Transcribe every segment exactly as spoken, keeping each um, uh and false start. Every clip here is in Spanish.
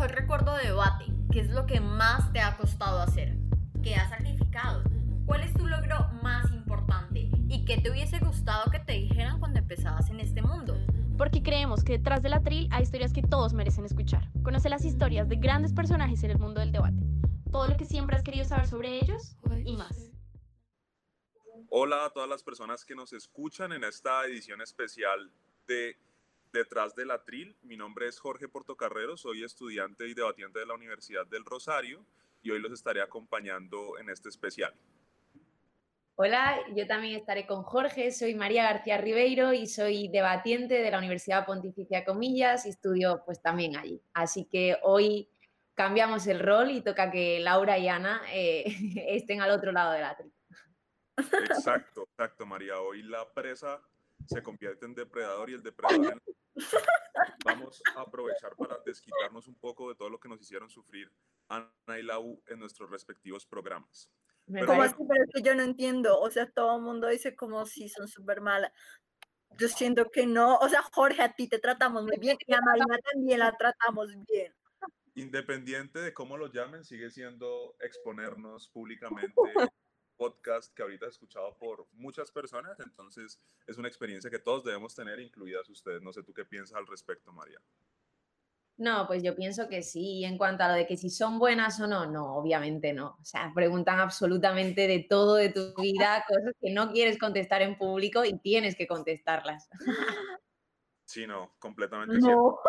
hoy recuerdo debate. ¿Qué es lo que más te ha costado hacer? ¿Qué has sacrificado? ¿Cuál es tu logro más importante? ¿Y qué te hubiese gustado que te dijeran cuando empezabas en este mundo? Porque creemos que detrás del atril hay historias que todos merecen escuchar. Conoce las historias de grandes personajes en el mundo del debate. Todo lo que siempre has querido saber sobre ellos y más. Hola a todas las personas que nos escuchan en esta edición especial de Detrás del Atril. Mi nombre es Jorge Portocarrero, soy estudiante y debatiente de la Universidad del Rosario y hoy los estaré acompañando en este especial. Hola, yo también estaré con Jorge, soy María García Ribeiro y soy debatiente de la Universidad Pontificia Comillas y estudio pues también allí. Así que hoy cambiamos el rol y toca que Laura y Ana eh, estén al otro lado del atril. Exacto, exacto, María. Hoy la presa se convierte en depredador y el depredador en... Vamos a aprovechar para desquitarnos un poco de todo lo que nos hicieron sufrir Ana y Lau en nuestros respectivos programas. Me Pero ¿Cómo parece- así? Pero es que yo no entiendo. O sea, todo el mundo dice como si son súper malas. Yo siento que no. O sea, Jorge, a ti te tratamos muy bien y a Marina también la tratamos bien. Independiente de cómo lo llamen, sigue siendo exponernos públicamente en podcast que ahorita es escuchado por muchas personas, entonces es una experiencia que todos debemos tener, incluidas ustedes. No sé tú qué piensas al respecto, María. No, pues yo pienso que sí. Y en cuanto a lo de que si son buenas o no, no, obviamente no. O sea, preguntan absolutamente de todo de tu vida, cosas que no quieres contestar en público y tienes que contestarlas. Sí, no, completamente cierto. No.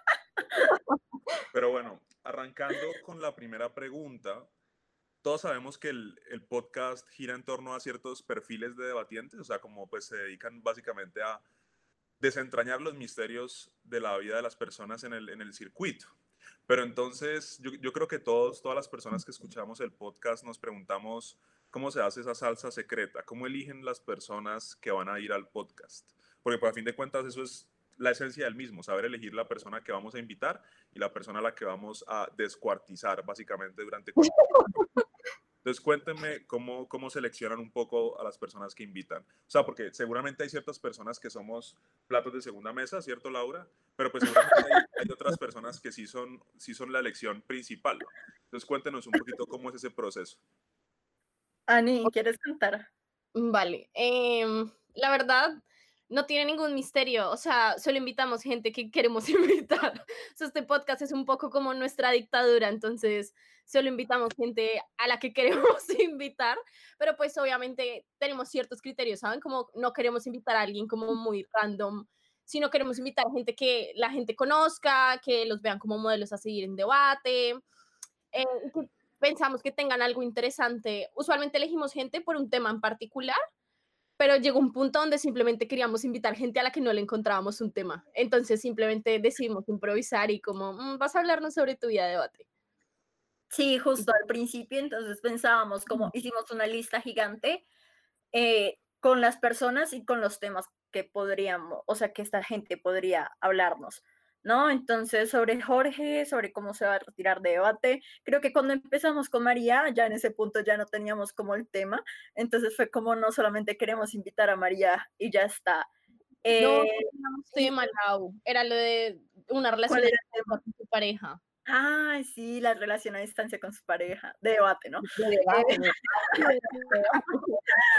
Pero bueno, arrancando con la primera pregunta, todos sabemos que el, el podcast gira en torno a ciertos perfiles de debatientes, o sea, como pues se dedican básicamente a desentrañar los misterios de la vida de las personas en el, en el circuito. Pero entonces yo, yo creo que todos, todas las personas que escuchamos el podcast nos preguntamos cómo se hace esa salsa secreta, cómo eligen las personas que van a ir al podcast. Porque pues, a fin de cuentas eso es la esencia del mismo, saber elegir la persona que vamos a invitar y la persona a la que vamos a descuartizar básicamente durante... Entonces cuéntenme cómo, cómo seleccionan un poco a las personas que invitan. O sea, porque seguramente hay ciertas personas que somos platos de segunda mesa, ¿cierto, Laura? Pero pues seguramente hay, hay otras personas que sí son, sí son la elección principal, ¿no? Entonces cuéntenos un poquito cómo es ese proceso. Ani, ¿quieres cantar? Vale, em, la verdad no tiene ningún misterio, o sea, solo invitamos gente que queremos invitar. O sea, este podcast es un poco como nuestra dictadura, entonces solo invitamos gente a la que queremos invitar, pero pues obviamente tenemos ciertos criterios, ¿saben? Como no queremos invitar a alguien como muy random, sino queremos invitar gente que la gente conozca, que los vean como modelos a seguir en debate, eh, y que pensamos que tengan algo interesante. Usualmente elegimos gente por un tema en particular, pero llegó un punto donde simplemente queríamos invitar gente a la que no le encontrábamos un tema. Entonces simplemente decidimos improvisar y como, "Mm, vas a hablarnos sobre tu vida de debate". Sí, justo al principio, entonces pensábamos como hicimos una lista gigante eh, con las personas y con los temas que podríamos, o sea, que esta gente podría hablarnos, ¿no? Entonces, sobre Jorge, sobre cómo se va a retirar de debate, creo que cuando empezamos con María, ya en ese punto ya no teníamos como el tema, entonces fue como no solamente queremos invitar a María y ya está. Eh, No, no teníamos tema, Lau. Era lo de una relación ¿Cuál a era el distancia con tu pareja. Ay, sí, la relación a distancia con su pareja, de debate, ¿no? De debate, Eh, ¿no?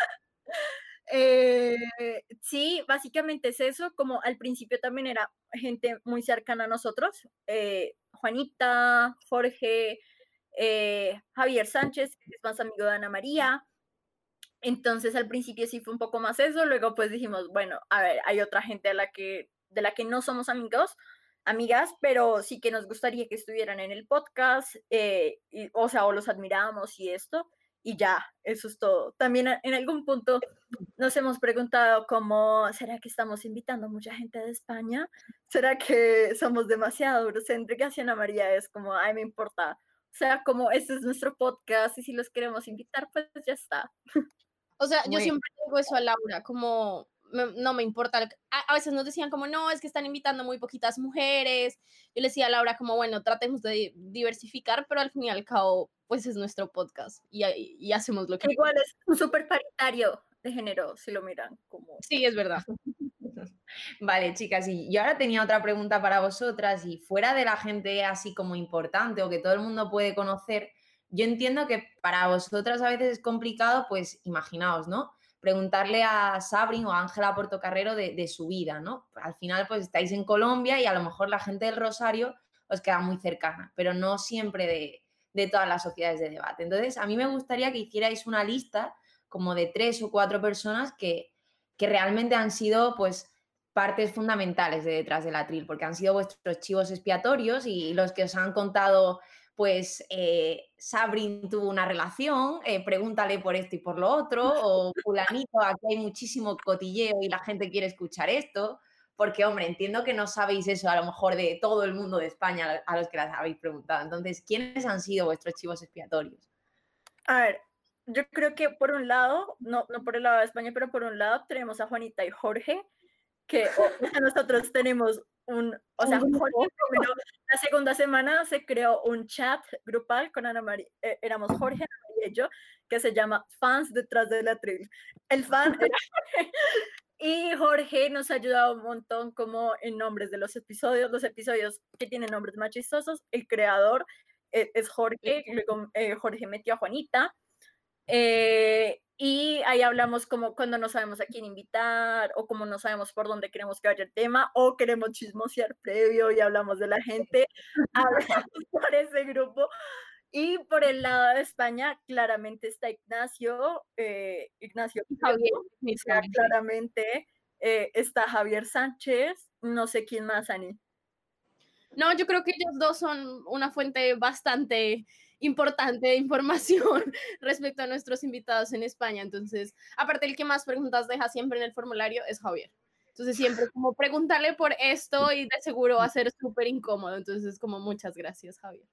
Eh, sí, básicamente es eso, como al principio también era gente muy cercana a nosotros, eh, Juanita, Jorge, eh, Javier Sánchez, que es más amigo de Ana María, entonces al principio sí fue un poco más eso, luego pues dijimos, bueno, a ver, hay otra gente a la que, de la que no somos amigos, amigas, pero sí que nos gustaría que estuvieran en el podcast, eh, y, o sea, o los admiramos y esto, y ya, eso es todo. También en algún punto nos hemos preguntado cómo, ¿será que estamos invitando a mucha gente de España? ¿Será que somos demasiado eurocéntricas? Y Ana María es como, ay, me importa. O sea, como este es nuestro podcast y si los queremos invitar, pues ya está. O sea, yo Muy- siempre digo eso a Laura, como me- no me importa. lo que- A, a veces nos decían como, no, es que están invitando muy poquitas mujeres. Yo le decía a Laura como, bueno, tratemos de diversificar, pero al fin y al cabo, pues es nuestro podcast y, y hacemos lo que... Igual es un súper paritario de género, si lo miran como... Sí, es verdad. Vale, chicas, y yo ahora tenía otra pregunta para vosotras y fuera de la gente así como importante o que todo el mundo puede conocer, yo entiendo que para vosotras a veces es complicado, pues imaginaos, ¿no? Preguntarle a Sabrin o a Ángela Portocarrero de, de su vida, ¿no? Al final pues estáis en Colombia y a lo mejor la gente del Rosario os queda muy cercana, pero no siempre de, de todas las sociedades de debate. Entonces, a mí me gustaría que hicierais una lista como de tres o cuatro personas que, que realmente han sido pues partes fundamentales de Detrás del Atril, porque han sido vuestros chivos expiatorios y los que os han contado, pues, eh, Sabrin tuvo una relación, eh, pregúntale por esto y por lo otro, o fulanito, aquí hay muchísimo cotilleo y la gente quiere escuchar esto, porque, hombre, entiendo que no sabéis eso a lo mejor de todo el mundo de España a los que las habéis preguntado. Entonces, ¿quiénes han sido vuestros chivos expiatorios? A ver, yo creo que por un lado, no, no por el lado de España, pero por un lado tenemos a Juanita y Jorge, que o sea, nosotros tenemos un, o sea, Jorge primero, la segunda semana se creó un chat grupal con Ana María, eh, éramos Jorge, Ana María y yo, que se llama Fans Detrás del Atril. El fan era Jorge, y Jorge nos ha ayudado un montón como en nombres de los episodios, los episodios que tienen nombres más chistosos, el creador eh, es Jorge, luego eh, Jorge metió a Juanita, eh, y ahí hablamos como cuando no sabemos a quién invitar o como no sabemos por dónde queremos que vaya el tema o queremos chismosear previo y hablamos de la gente, hablamos por ese grupo. Y por el lado de España, claramente está Ignacio, eh, Ignacio Javier, o sea, claramente eh, está Javier Sánchez, no sé quién más, Ani. No, yo creo que ellos dos son una fuente bastante importante de información respecto a nuestros invitados en España. Entonces, aparte el que más preguntas deja siempre en el formulario es Javier. Entonces, siempre como preguntarle por esto y de seguro va a ser súper incómodo. Entonces, como muchas gracias, Javier.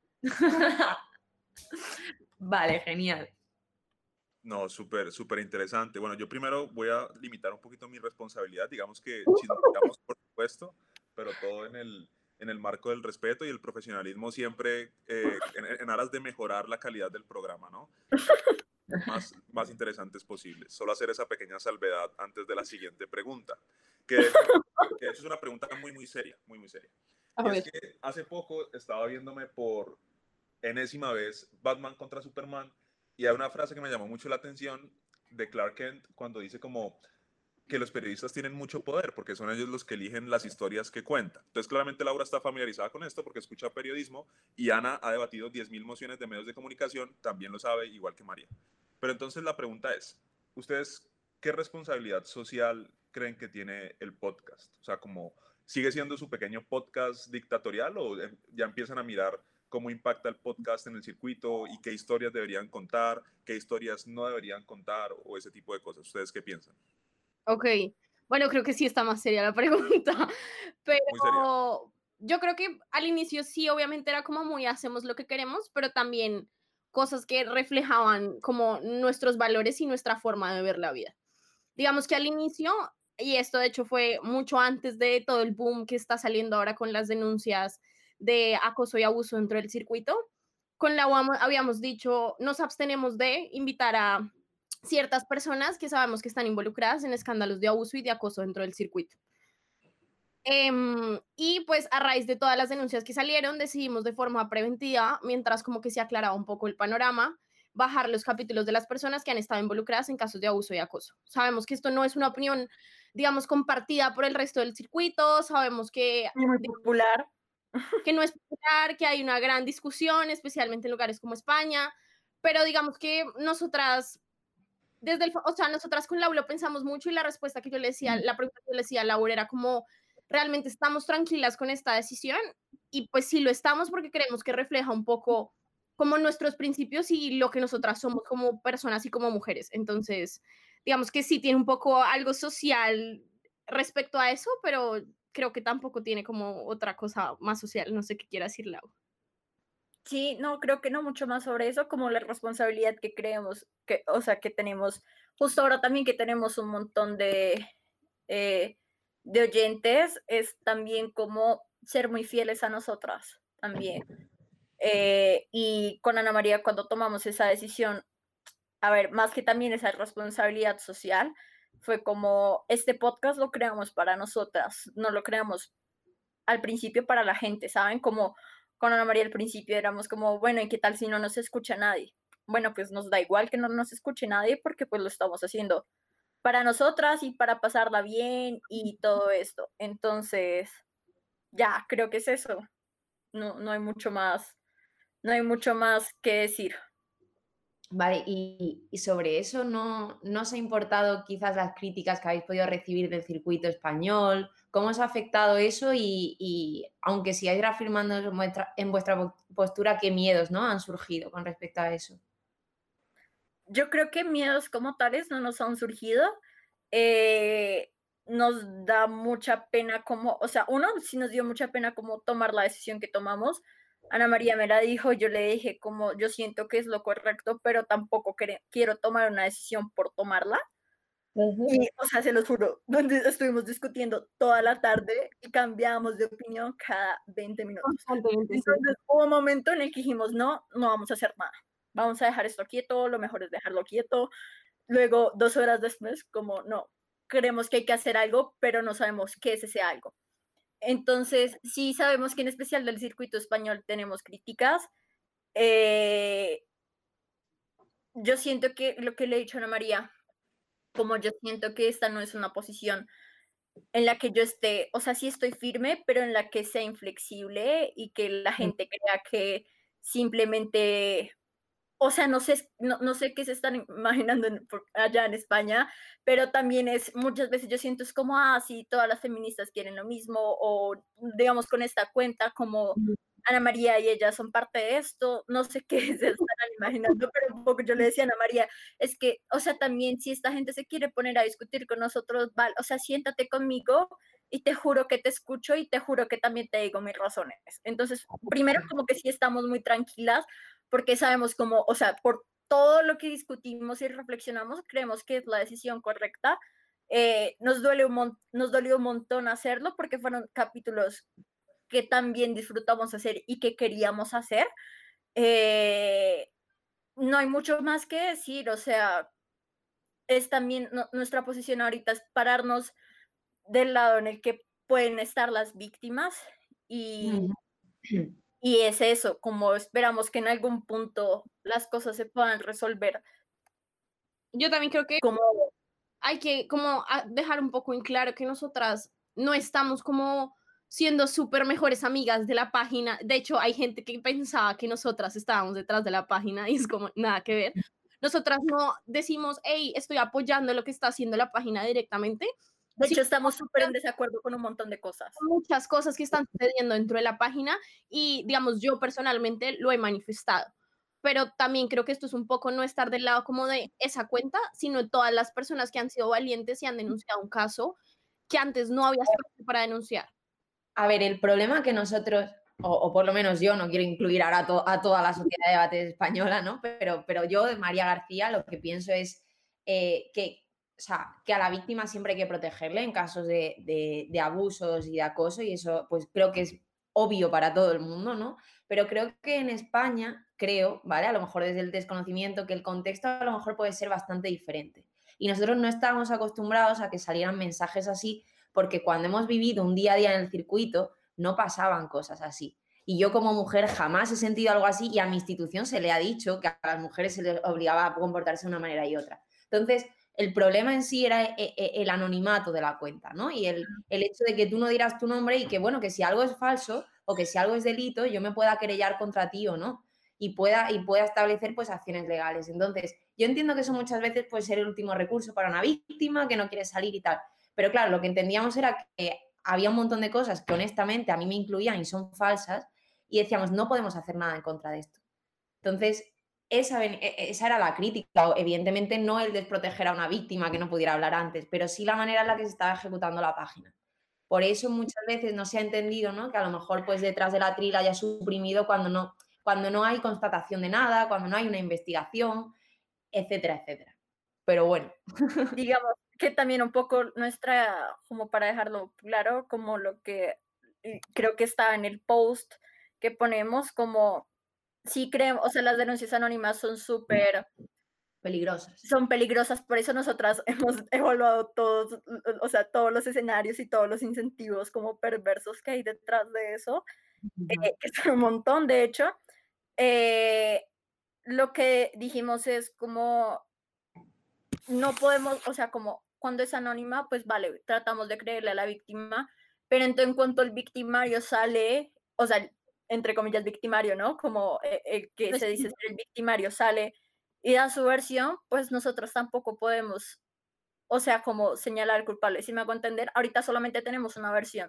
Vale, genial. No, súper, súper interesante. Bueno, yo primero voy a limitar un poquito mi responsabilidad. Digamos que chismoseamos, por supuesto, pero todo en el, en el marco del respeto y el profesionalismo siempre eh, en, en aras de mejorar la calidad del programa, ¿no? Más, más interesantes posibles. Solo hacer esa pequeña salvedad antes de la siguiente pregunta, que, que es una pregunta muy, muy seria, muy, muy seria. A Y ver. es que hace poco estaba viéndome por enésima vez Batman contra Superman y hay una frase que me llamó mucho la atención de Clark Kent cuando dice como que los periodistas tienen mucho poder porque son ellos los que eligen las historias que cuentan. Entonces claramente Laura está familiarizada con esto porque escucha periodismo y Ana ha debatido diez mil mociones de medios de comunicación, también lo sabe, igual que María. Pero entonces la pregunta es, ¿ustedes qué responsabilidad social creen que tiene el podcast? O sea, como ¿sigue siendo su pequeño podcast dictatorial o ya empiezan a mirar cómo impacta el podcast en el circuito y qué historias deberían contar, qué historias no deberían contar o ese tipo de cosas? ¿Ustedes qué piensan? Ok, bueno, creo que sí está más seria la pregunta, pero Muy seria. yo creo que al inicio sí, obviamente era como muy hacemos lo que queremos, pero también cosas que reflejaban como nuestros valores y nuestra forma de ver la vida. Digamos que al inicio, y esto de hecho fue mucho antes de todo el boom que está saliendo ahora con las denuncias de acoso y abuso dentro del circuito, con la U A M habíamos dicho, nos abstenemos de invitar a ciertas personas que sabemos que están involucradas en escándalos de abuso y de acoso dentro del circuito. Eh, y pues a raíz de todas las denuncias que salieron, decidimos de forma preventiva, mientras como que se aclaraba un poco el panorama, bajar los capítulos de las personas que han estado involucradas en casos de abuso y acoso. Sabemos que esto no es una opinión, digamos, compartida por el resto del circuito, sabemos que, Muy popular. que no es popular, que hay una gran discusión, especialmente en lugares como España, pero digamos que nosotras, desde el, o sea, nosotras con Laura pensamos mucho y la respuesta que yo le decía, la pregunta que yo le decía a Laura era como, ¿realmente estamos tranquilas con esta decisión? Y pues sí lo estamos porque creemos que refleja un poco como nuestros principios y lo que nosotras somos como personas y como mujeres. Entonces, digamos que sí tiene un poco algo social respecto a eso, pero creo que tampoco tiene como otra cosa más social. No sé qué quiera decir Lau. Sí, no, creo que no mucho más sobre eso, como la responsabilidad que creemos, que, o sea, que tenemos, justo ahora también que tenemos un montón de, eh, de oyentes, es también como ser muy fieles a nosotras, también. Eh, y con Ana María, cuando tomamos esa decisión, a ver, más que también esa responsabilidad social, fue como, este podcast lo creamos para nosotras, no lo creamos al principio para la gente, ¿saben? Como con Ana María al principio éramos como, bueno, ¿y qué tal si no nos escucha nadie? Bueno, pues nos da igual que no nos escuche nadie porque pues lo estamos haciendo para nosotras y para pasarla bien y todo esto. Entonces, ya, creo que es eso. No, no hay mucho más, no hay mucho más que decir. Vale, y, y sobre eso no, no os ha importado quizás las críticas que habéis podido recibir del circuito español. ¿Cómo os ha afectado eso? Y, y aunque sigáis reafirmando en vuestra, en vuestra po- postura, ¿qué miedos, ¿no?, han surgido con respecto a eso? Yo creo que miedos como tales no nos han surgido. Eh, nos da mucha pena como, o sea, uno sí nos dio mucha pena como tomar la decisión que tomamos. Ana María me la dijo, yo le dije como yo siento que es lo correcto, pero tampoco quere- quiero tomar una decisión por tomarla. Y, o sea, se los juro, donde estuvimos discutiendo toda la tarde y cambiamos de opinión cada veinte minutos. Constantemente, sí. Entonces hubo un momento en el que dijimos, no, no vamos a hacer nada. Vamos a dejar esto quieto, lo mejor es dejarlo quieto. Luego, dos horas después, como, no, creemos que hay que hacer algo, pero no sabemos qué es ese algo. Entonces, sí sabemos que en especial del circuito español tenemos críticas. Eh, yo siento que lo que le he dicho a Ana María, como yo siento que esta no es una posición en la que yo esté, o sea, sí estoy firme, pero en la que sea inflexible y que la gente crea que simplemente, o sea, no sé, no, no sé qué se están imaginando en- por- allá en España, pero también es, muchas veces yo siento es como, ah, sí, todas las feministas quieren lo mismo, o digamos con esta cuenta como Ana María y ella son parte de esto, no sé qué se están imaginando, pero un poco yo le decía a Ana María, es que, o sea, también si esta gente se quiere poner a discutir con nosotros, val, o sea, siéntate conmigo y te juro que te escucho y te juro que también te digo mis razones. Entonces, primero como que sí estamos muy tranquilas porque sabemos cómo, o sea, por todo lo que discutimos y reflexionamos, creemos que es la decisión correcta. Eh, nos, duele un mon- nos dolió un montón hacerlo porque fueron capítulos que también disfrutamos hacer y que queríamos hacer. Eh, no hay mucho más que decir, o sea, es también no, nuestra posición ahorita es pararnos del lado en el que pueden estar las víctimas y, y es eso, como esperamos que en algún punto las cosas se puedan resolver Yo también creo que como hay que como a- dejar un poco en claro que nosotras no estamos como siendo súper mejores amigas de la página. De hecho, hay gente que pensaba que nosotras estábamos detrás de la página y es como nada que ver. Nosotras no decimos, hey, estoy apoyando lo que está haciendo la página directamente. de Sí, hecho estamos súper en desacuerdo con un montón de cosas. muchas cosas que están sucediendo dentro de la página y, digamos, yo personalmente lo he manifestado. Pero también creo que esto es un poco no estar del lado como de esa cuenta, sino de todas las personas que han sido valientes y han denunciado un caso que antes no había espacio para denunciar. A ver, el problema que nosotros, o, o por lo menos yo, no quiero incluir ahora a, to- a toda la sociedad de debate española, ¿no? Pero, pero yo, de María García, lo que pienso es eh, que, o sea, que a la víctima siempre hay que protegerle en casos de, de- de abusos y de acoso, y eso pues creo que es obvio para todo el mundo, ¿no? Pero creo que en España, creo, ¿vale? A lo mejor desde el desconocimiento, que el contexto a lo mejor puede ser bastante diferente. Y nosotros no estábamos acostumbrados a que salieran mensajes así porque cuando hemos vivido un día a día en el circuito no pasaban cosas así. Y yo como mujer jamás he sentido algo así y a mi institución se le ha dicho que a las mujeres se les obligaba a comportarse de una manera y otra. Entonces, el problema en sí era el anonimato de la cuenta, ¿no? Y el, el hecho de que tú no dieras tu nombre y que, bueno, que si algo es falso o que si algo es delito, yo me pueda querellar contra ti o no. Y pueda, y pueda establecer pues acciones legales. Entonces, yo entiendo que eso muchas veces puede ser el último recurso para una víctima que no quiere salir y tal. Pero claro, lo que entendíamos era que había un montón de cosas que honestamente a mí me incluían y son falsas y decíamos, no podemos hacer nada en contra de esto. Entonces, esa, esa era la crítica. Evidentemente no el desproteger a una víctima que no pudiera hablar antes, pero sí la manera en la que se estaba ejecutando la página. Por eso muchas veces no se ha entendido, ¿no?, que a lo mejor pues detrás de la tril haya suprimido cuando no, cuando no hay constatación de nada, cuando no hay una investigación, etcétera, etcétera. Pero bueno. Digamos que también un poco nuestra, como para dejarlo claro, como lo que creo que está en el post que ponemos, como sí creemos, o sea, las denuncias anónimas son súper Peligrosas. son peligrosas, por eso nosotras hemos evaluado todos, o sea, todos los escenarios y todos los incentivos como perversos que hay detrás de eso, Ujú. eh, que son un montón, de hecho. Eh, lo que dijimos es como, no podemos, o sea, como cuando es anónima, pues vale, tratamos de creerle a la víctima, pero en, en cuanto el victimario sale, o sea, entre comillas victimario, ¿no? Como eh, eh, que Pues se sí. dice ser el victimario sale y da su versión, pues nosotros tampoco podemos, o sea, como señalar culpable. Si me hago entender, ahorita solamente tenemos una versión.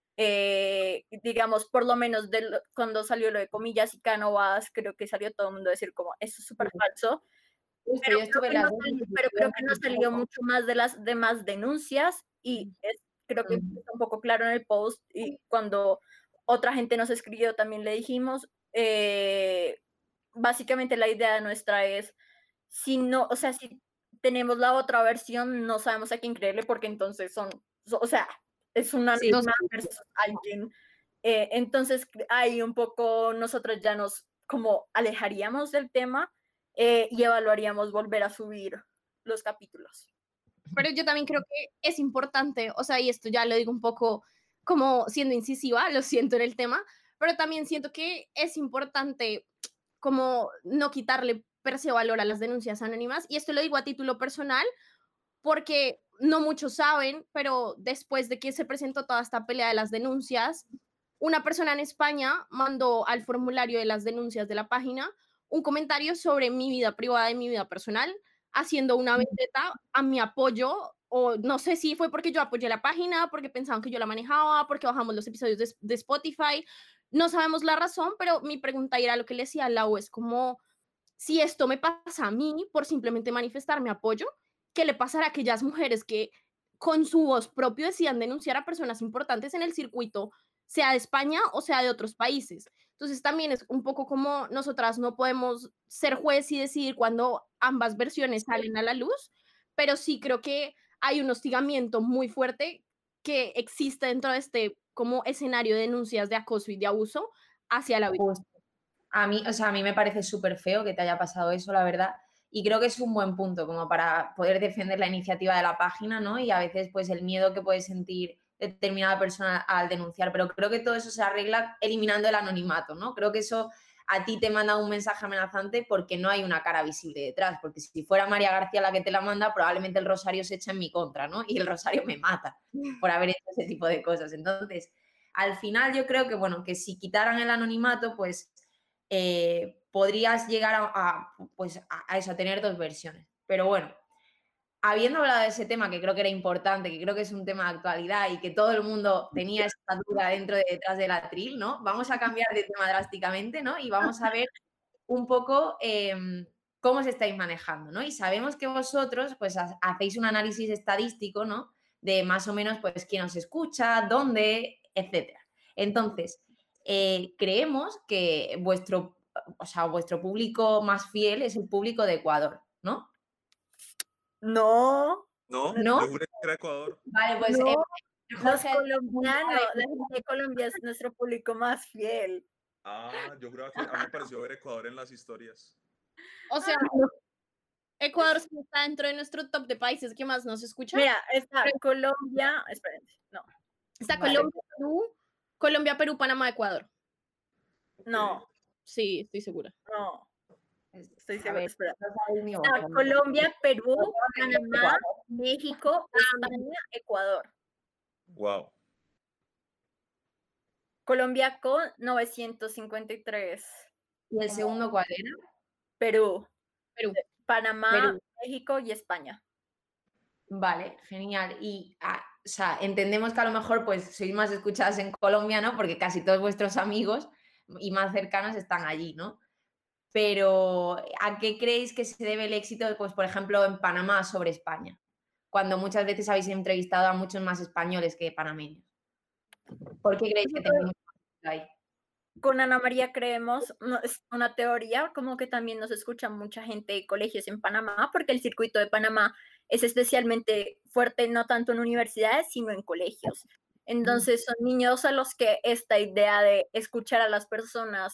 Eh, digamos, por lo menos de lo- cuando salió lo de comillas y Cánovas, creo que salió todo el mundo a decir como, eso es súper falso, Justo, pero yo creo estuve que en no las dos salió, y pero creo que no estuve salió poco. mucho más de las demás denuncias y es, creo que Mm. está un poco claro en el post y cuando otra gente nos escribió también le dijimos, eh, básicamente la idea nuestra es, si no, o sea, si tenemos la otra versión, no sabemos a quién creerle porque entonces son, so- o sea, es una Sí, anónima sí. versus alguien. Eh, entonces ahí un poco nosotros ya nos como alejaríamos del tema eh, y evaluaríamos volver a subir los capítulos. Pero yo también creo que es importante, o sea, y esto ya lo digo un poco como siendo incisiva, lo siento en el tema, pero también siento que es importante como no quitarle per se valor a las denuncias anónimas, y esto lo digo a título personal, porque no muchos saben, pero después de que se presentó toda esta pelea de las denuncias, una persona en España mandó al formulario de las denuncias de la página un comentario sobre mi vida privada y mi vida personal, haciendo una vendetta a mi apoyo, o no sé si fue porque yo apoyé la página, porque pensaban que yo la manejaba, porque bajamos los episodios de, de Spotify, no sabemos la razón, pero mi pregunta era lo que le decía a Lau, es como, si esto me pasa a mí por simplemente manifestar mi apoyo, ¿qué le pasará a aquellas mujeres que con su voz propio decían denunciar a personas importantes en el circuito, sea de España o sea de otros países? Entonces también es un poco como nosotras no podemos ser juez y decidir cuando ambas versiones salen a la luz, pero sí creo que hay un hostigamiento muy fuerte que existe dentro de este como escenario de denuncias de acoso y de abuso hacia la víctima. Justo. A mí, o sea, a mí me parece súper feo que te haya pasado eso, la verdad. Y creo que es un buen punto como para poder defender la iniciativa de la página, ¿no? Y a veces, pues, el miedo que puede sentir determinada persona al denunciar. Pero creo que todo eso se arregla eliminando el anonimato, ¿no? Creo que eso a ti te manda un mensaje amenazante porque no hay una cara visible detrás. Porque si fuera María García la que te la manda, probablemente el Rosario se echa en mi contra, ¿no? Y el Rosario me mata por haber hecho ese tipo de cosas. Entonces, al final yo creo que, bueno, que si quitaran el anonimato, pues eh, podrías llegar a, a, pues a, a eso, a tener dos versiones. Pero bueno, habiendo hablado de ese tema, que creo que era importante, que creo que es un tema de actualidad y que todo el mundo tenía esta duda dentro de detrás del atril, ¿no? Vamos a cambiar de tema drásticamente, ¿no? Y vamos a ver un poco eh, cómo os estáis manejando, ¿no? Y sabemos que vosotros, pues, ha- hacéis un análisis estadístico, ¿no? De más o menos, pues, quién os escucha, dónde, etcétera. Entonces, eh, creemos que vuestro, o sea, vuestro público más fiel es el público de Ecuador, ¿no? No, ¿No? ¿No? Yo juré que era Ecuador. Vale, pues no, eh, los Jorge, colombianos, la gente de Colombia es nuestro público más fiel. Ah, yo juraba que a mí me pareció ver Ecuador en las historias. O sea, Ecuador sí está dentro de nuestro top de países que más nos escuchan. Mira, está Colombia, espérense, no, Está Vale. Colombia, Perú, Colombia, Perú, Panamá, Ecuador. no, Sí, estoy segura. no, estoy a segura, ver, espera. no sabéis ni Está vosotros. Colombia, Perú, Panamá, Ecuador. México, España, Ecuador. Wow. Colombia con novecientos cincuenta y tres. ¿Y el segundo cuál era? Perú, Perú. Panamá, Perú. México y España. Vale, genial. Y, ah, o sea, entendemos que a lo mejor pues sois más escuchadas en Colombia, ¿no? Porque casi todos vuestros amigos y más cercanos están allí, ¿no? Pero, ¿a qué creéis que se debe el éxito, pues, por ejemplo, en Panamá sobre España? Cuando muchas veces habéis entrevistado a muchos más españoles que panameños. ¿Por qué creéis que tenéis mucho éxito ahí? Con Ana María creemos, no, es una teoría, como que también nos escucha mucha gente de colegios en Panamá, porque el circuito de Panamá es especialmente fuerte, no tanto en universidades, sino en colegios. Entonces son niños a los que esta idea de escuchar a las personas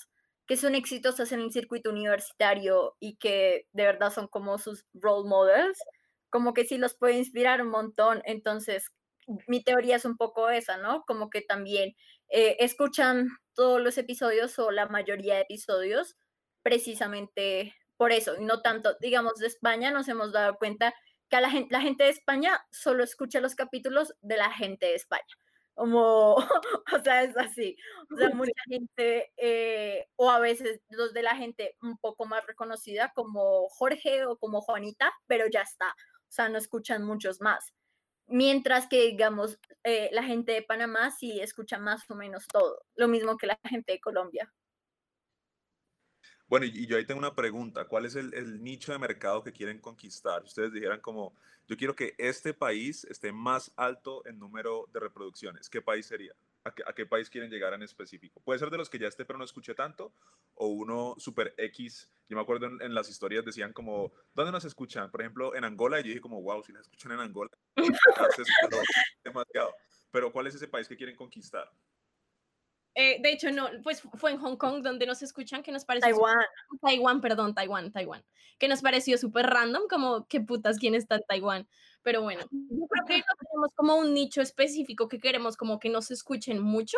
que son exitosas en el circuito universitario y que de verdad son como sus role models, como que sí los puede inspirar un montón. Entonces, mi teoría es un poco esa, ¿no? Como que también eh, escuchan todos los episodios o la mayoría de episodios precisamente por eso, y no tanto, digamos, de España nos hemos dado cuenta que a la gente, la gente de España solo escucha los capítulos de la gente de España. Como, o sea, es así. O sea, mucha gente, eh, o a veces los de la gente un poco más reconocida, como Jorge o como Juanita, pero ya está. O sea, no escuchan muchos más. Mientras que, digamos, eh, la gente de Panamá sí escucha más o menos todo. Lo mismo que la gente de Colombia. Bueno, y, y yo ahí tengo una pregunta. ¿Cuál es el, el nicho de mercado que quieren conquistar? Ustedes dijeran como, yo quiero que este país esté más alto en número de reproducciones. ¿Qué país sería? ¿A qué, a qué país quieren llegar en específico? Puede ser de los que ya esté pero no escuché tanto, o uno super X. Yo me acuerdo en, en las historias decían como, ¿dónde nos escuchan? Por ejemplo, en Angola, y yo dije como, wow, si las escuchan en Angola, entonces, pero, demasiado. Pero ¿cuál es ese país que quieren conquistar? Eh, de hecho, no, pues fue en Hong Kong donde nos escuchan, que nos pareció... Taiwán. Super, Taiwán, perdón, Taiwán, Taiwán. Que nos pareció súper random, como, ¿qué putas, quién está en Taiwán? Pero bueno, yo creo que no tenemos como un nicho específico que queremos como que nos escuchen mucho,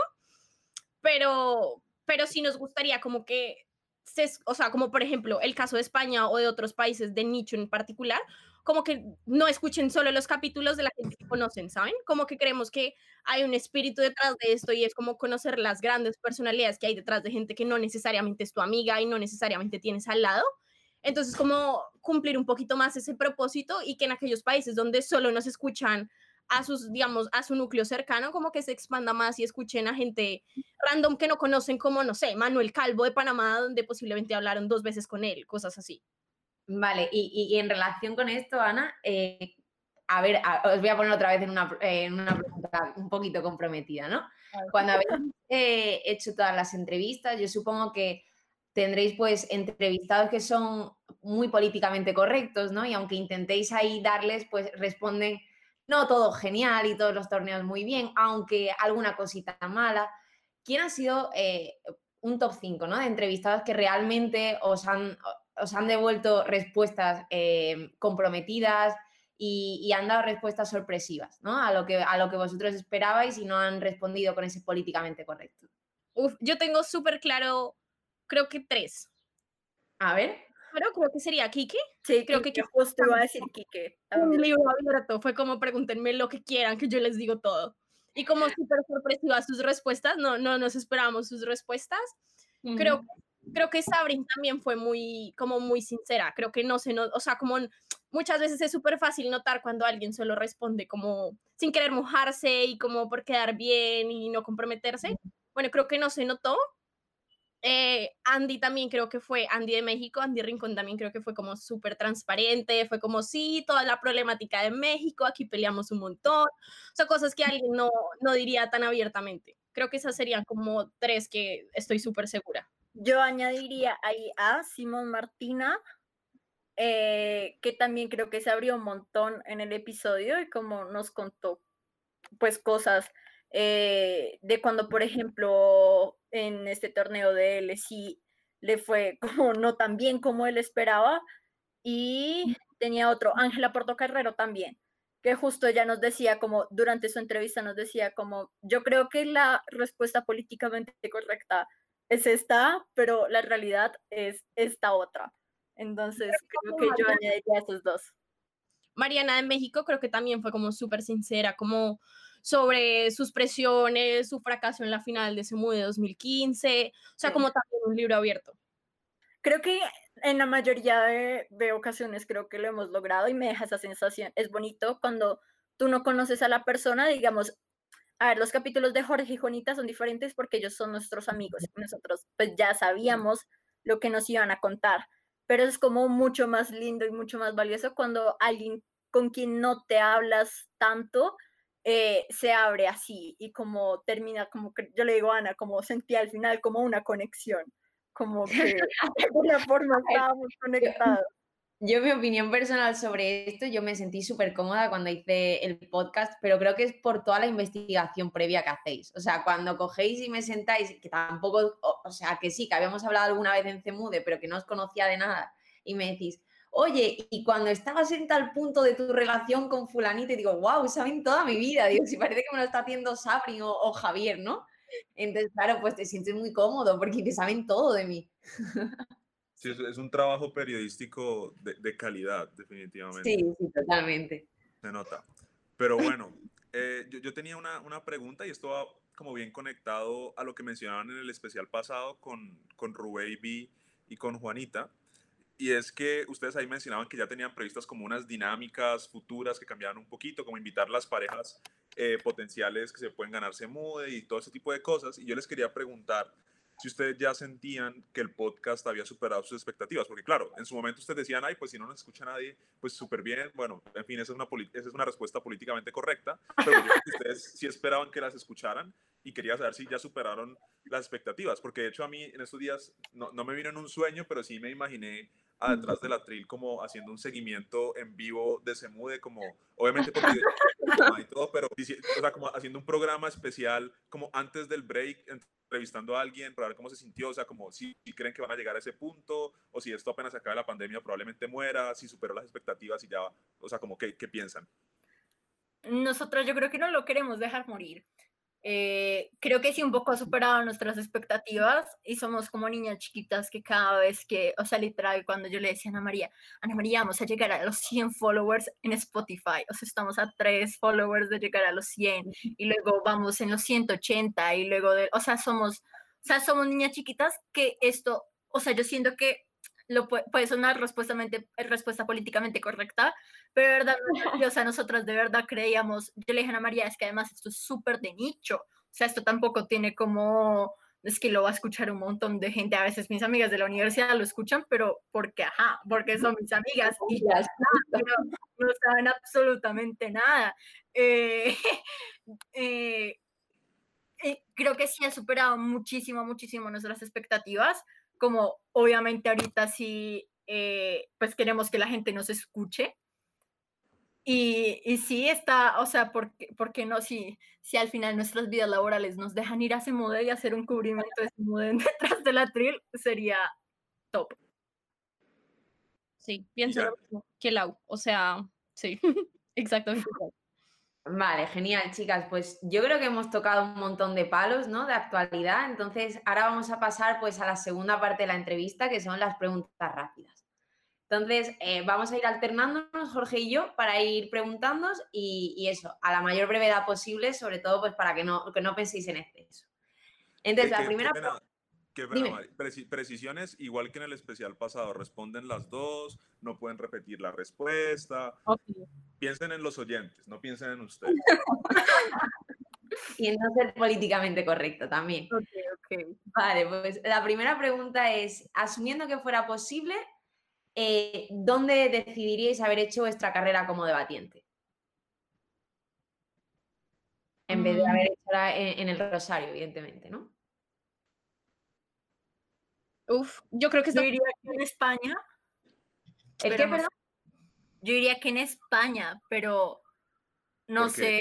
pero, pero sí nos gustaría como que, se, o sea, como por ejemplo el caso de España o de otros países de nicho en particular, como que no escuchen solo los capítulos de la gente que conocen, ¿saben? Como que creemos que hay un espíritu detrás de esto y es como conocer las grandes personalidades que hay detrás de gente que no necesariamente es tu amiga y no necesariamente tienes al lado. Entonces, como cumplir un poquito más ese propósito y que en aquellos países donde solo nos escuchan a sus, digamos, a su núcleo cercano, como que se expanda más y escuchen a gente random que no conocen, como, no sé, Manuel Calvo de Panamá, donde posiblemente hablaron dos veces con él, cosas así. Vale, y, y, y en relación con esto, Ana, eh, a ver, a, os voy a poner otra vez en una, eh, en una pregunta un poquito comprometida, ¿no? Cuando habéis eh, hecho todas las entrevistas, yo supongo que tendréis pues entrevistados que son muy políticamente correctos, ¿no? Y aunque intentéis ahí darles, pues responden, no, todo genial y todos los torneos muy bien, aunque alguna cosita mala. ¿Quién ha sido eh, un top cinco, ¿no? De entrevistados que realmente os han, os han devuelto respuestas eh, comprometidas y, y han dado respuestas sorpresivas, ¿no? A lo que, a lo que vosotros esperabais y no han respondido con ese políticamente correcto. Uf, yo tengo súper claro, creo que tres. A ver. Pero creo que sería Quique. Sí, creo Quique, que justo iba a decir Quique. un libro abierto, fue como pregúntenme lo que quieran, que yo les digo todo. Y como súper sorpresivas sus respuestas, no, no nos esperábamos sus respuestas. Uh-huh. Creo, creo que Sabrin también fue muy, como muy sincera, creo que no se, no, o sea, como muchas veces es súper fácil notar cuando alguien solo responde como sin querer mojarse y como por quedar bien y no comprometerse. Bueno, creo que no se notó. Eh, Andy también creo que fue, Andy de México, Andy Rincón también creo que fue como súper transparente, fue como sí, toda la problemática de México, aquí peleamos un montón, o sea, cosas que alguien no, no diría tan abiertamente. Creo que esas serían como tres que estoy súper segura. Yo añadiría ahí a Simón Martina, eh, que también creo que se abrió un montón en el episodio y como nos contó pues cosas eh, de cuando, por ejemplo, en este torneo de él sí le fue como no tan bien como él esperaba. Y tenía otro, Ángela Portocarrero también, que justo ella nos decía como, durante su entrevista nos decía como, yo creo que la respuesta políticamente correcta es esta, pero la realidad es esta otra. Entonces creo que yo añadiría esos dos. Mariana de México creo que también fue como súper sincera, como sobre sus presiones, su fracaso en la final de Semu de dos mil quince, o sea, sí. Como también un libro abierto. Creo que en la mayoría de, de ocasiones creo que lo hemos logrado y me deja esa sensación. Es bonito cuando tú no conoces a la persona, digamos, a ver, los capítulos de Jorge y Juanita son diferentes porque ellos son nuestros amigos. Nosotros pues ya sabíamos lo que nos iban a contar, pero es como mucho más lindo y mucho más valioso cuando alguien con quien no te hablas tanto eh, se abre así y como termina, como que yo le digo a Ana, como sentí al final como una conexión, como que de alguna forma estábamos conectados. Yo, mi opinión personal sobre esto, yo me sentí súper cómoda cuando hice el podcast, pero creo que es por toda la investigación previa que hacéis. O sea, cuando cogéis y me sentáis, que tampoco, o, o sea, que sí, que habíamos hablado alguna vez en Cemude, pero que no os conocía de nada, y me decís, oye, y cuando estabas en tal punto de tu relación con fulanita, y digo, wow, saben toda mi vida, digo, si parece que me lo está haciendo Sabri o, o Javier, ¿no? Entonces, claro, pues te sientes muy cómodo porque te saben todo de mí. Sí, es, es un trabajo periodístico de, de calidad, definitivamente, Sí, sí, totalmente. se nota. Pero bueno, eh, yo, yo tenía una, una pregunta y esto va como bien conectado a lo que mencionaban en el especial pasado con, con Rubey y con Juanita. Y es que ustedes ahí mencionaban que ya tenían previstas como unas dinámicas futuras que cambiaban un poquito, como invitar las parejas eh, potenciales que se pueden ganarse mude y todo ese tipo de cosas. Y yo les quería preguntar si ustedes ya sentían que el podcast había superado sus expectativas, porque claro, en su momento ustedes decían, ay, pues si no nos escucha nadie, pues súper bien, bueno, en fin, esa es, una esa es una respuesta políticamente correcta, pero yo creo que ustedes sí esperaban que las escucharan y quería saber si ya superaron las expectativas, porque de hecho a mí en estos días no, no me vino en un sueño, pero sí me imaginé a detrás del atril como haciendo un seguimiento en vivo de Semude, como obviamente porque y todo, pero o sea, como haciendo un programa especial como antes del break, entrevistando a alguien para ver cómo se sintió, o sea, como si, si creen que van a llegar a ese punto, o si esto apenas acabe la pandemia probablemente muera, si superó las expectativas y ya, o sea, como qué, qué piensan. Nosotros yo creo que no lo queremos dejar morir. Eh, creo que sí un poco ha superado nuestras expectativas y somos como niñas chiquitas que cada vez que, o sea, literal, cuando yo le decía a Ana María, Ana María, vamos a llegar a los cien followers en Spotify, o sea, estamos a tres followers de llegar a los cien y luego vamos en los ciento ochenta y luego, de, o sea, somos, o sea, somos niñas chiquitas que esto, o sea, yo siento que lo puede, puede sonar respuesta, respuesta políticamente correcta, pero de verdad, o sea, nosotras de verdad creíamos, yo le dije a Ana María, es que además esto es súper de nicho, o sea, esto tampoco tiene como, es que lo va a escuchar un montón de gente, a veces mis amigas de la universidad lo escuchan, pero porque, ajá, porque son mis amigas y ya está, pero no saben absolutamente nada. Eh, eh, eh, creo que sí ha superado muchísimo, muchísimo nuestras expectativas, como obviamente ahorita sí, eh, pues queremos que la gente nos escuche. Y, y sí está, o sea, ¿por qué, por qué no? Si, si al final nuestras vidas laborales nos dejan ir a Semude y hacer un cubrimiento de Semude detrás del atril, sería top. Sí, pienso lo mismo que Lau, o sea, sí, exactamente. Vale, genial, chicas. Pues yo creo que hemos tocado un montón de palos, ¿no? De actualidad. Entonces, ahora vamos a pasar pues a la segunda parte de la entrevista, que son las preguntas rápidas. Entonces, eh, vamos a ir alternándonos, Jorge y yo, para ir preguntándonos y, y eso, a la mayor brevedad posible, sobre todo pues para que no, que no penséis en exceso. Entonces, Eh, la qué, primera... qué pena, qué pena, Dime. Mari. Preci precisiones, igual que en el especial pasado, responden las dos, no pueden repetir la respuesta. Okay. Piensen en los oyentes, no piensen en ustedes. Y en no ser políticamente correcto también. Ok, ok. Vale, pues la primera pregunta es, asumiendo que fuera posible, eh, ¿dónde decidiríais haber hecho vuestra carrera como debatiente? En mm. vez de haber hecho en, en el Rosario, evidentemente, ¿no? Uf, yo creo que está... Yo diría que en España. ¿El qué, perdón? Yo diría que en España, pero no sé.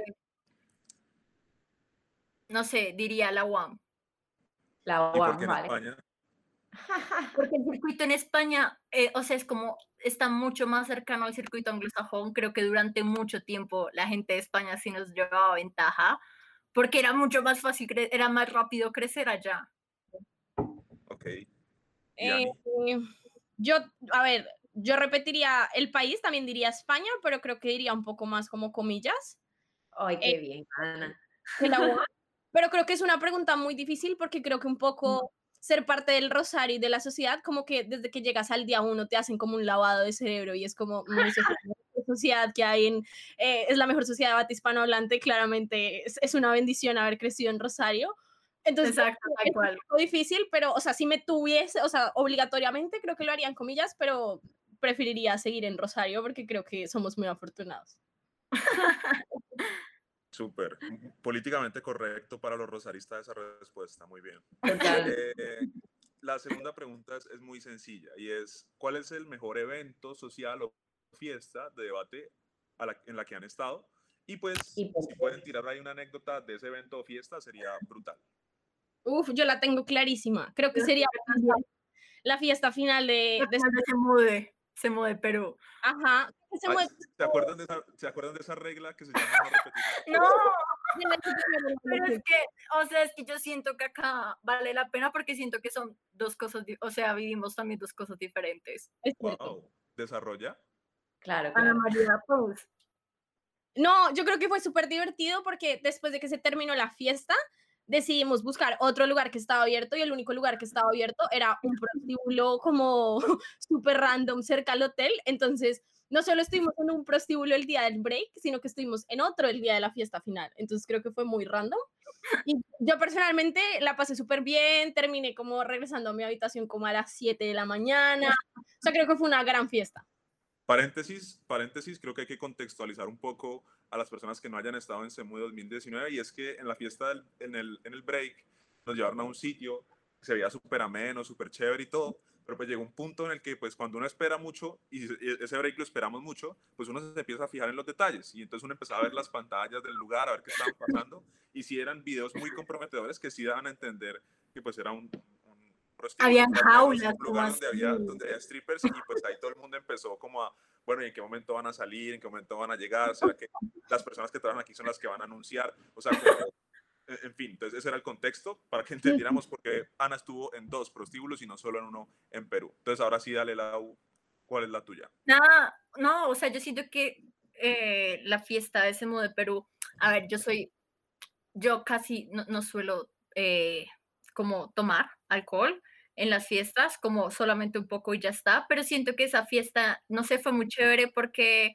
No sé, diría la U A M. La U A M, ¿Y por qué en vale. España? Porque el circuito en España, eh, o sea, es como, está mucho más cercano al circuito anglosajón. Creo que durante mucho tiempo la gente de España sí nos llevaba ventaja, porque era mucho más fácil, era más rápido crecer allá. Ok. Eh, yo, a ver, yo repetiría el país, también diría España, pero creo que diría un poco más como comillas. Ay, qué eh, bien, Ana. Pero creo que es una pregunta muy difícil porque creo que un poco ser parte del Rosario y de la sociedad, como que desde que llegas al día uno te hacen como un lavado de cerebro y es como mm, es la mejor sociedad que hay en, eh, es la mejor sociedad de debate hispanohablante, claramente es, es una bendición haber crecido en Rosario. Entonces, exacto, tal es cual. un poco difícil, pero, o sea, si me tuviese, o sea, obligatoriamente creo que lo haría en comillas, pero preferiría seguir en Rosario porque creo que somos muy afortunados. Súper. Políticamente correcto para los rosaristas esa respuesta. Muy bien. Total. Eh, la segunda pregunta es, es muy sencilla y es, ¿cuál es el mejor evento social o fiesta de debate a la- en la que han estado? Y pues, ¿Y por si qué? pueden tirar ahí una anécdota de ese evento o fiesta, sería brutal. Uf, yo la tengo clarísima. Creo que Yo sería también. la fiesta final de, Al de- final de se mude, se mude Perú. ajá, que se Ay, mueve- ¿Se acuerdan de esa, ¿se acuerdan de esa regla que se llama no repetir? No, de la institución de la pero es emergencia. que, o sea, es que yo siento que acá vale la pena porque siento que son dos cosas, di- o sea, vivimos también dos cosas diferentes. Es cierto. Wow, ¿desarrolla? Claro, Ana claro. María Pous. No, yo creo que fue súper divertido porque después de que se terminó la fiesta, decidimos buscar otro lugar que estaba abierto y el único lugar que estaba abierto era un prostíbulo como súper random cerca al hotel. Entonces, no solo estuvimos en un prostíbulo el día del break, sino que estuvimos en otro el día de la fiesta final. Entonces, creo que fue muy random. Y yo personalmente la pasé súper bien, terminé como regresando a mi habitación como a las siete de la mañana. O sea, creo que fue una gran fiesta. Paréntesis, paréntesis, creo que hay que contextualizar un poco a las personas que no hayan estado en Semu dos mil diecinueve y es que en la fiesta, del, en, el, en el break, nos llevaron a un sitio que se veía súper ameno, súper chévere y todo, pero pues llegó un punto en el que pues cuando uno espera mucho y ese break lo esperamos mucho, pues uno se empieza a fijar en los detalles y entonces uno empezaba a ver las pantallas del lugar, a ver qué estaban pasando y si eran videos muy comprometedores que sí daban a entender que pues era un, un prostíbulo, Habían por así decirlo, jaulas, un como lugar así. donde había, donde había strippers y pues ahí todo el mundo empezó como a, bueno, ¿y en qué momento van a salir? ¿En qué momento van a llegar? ¿Será que las personas que trabajan aquí son las que van a anunciar? O sea, como, en fin, entonces ese era el contexto para que entendiéramos por qué Ana estuvo en dos prostíbulos y no solo en uno en Perú. Entonces ahora sí, dale la U, ¿cuál es la tuya? Nada, no, o sea, yo siento que eh, la fiesta de Semu de Perú, a ver, yo soy, yo casi no, no suelo eh, como tomar alcohol en las fiestas, como solamente un poco y ya está, pero siento que esa fiesta, no sé, fue muy chévere porque,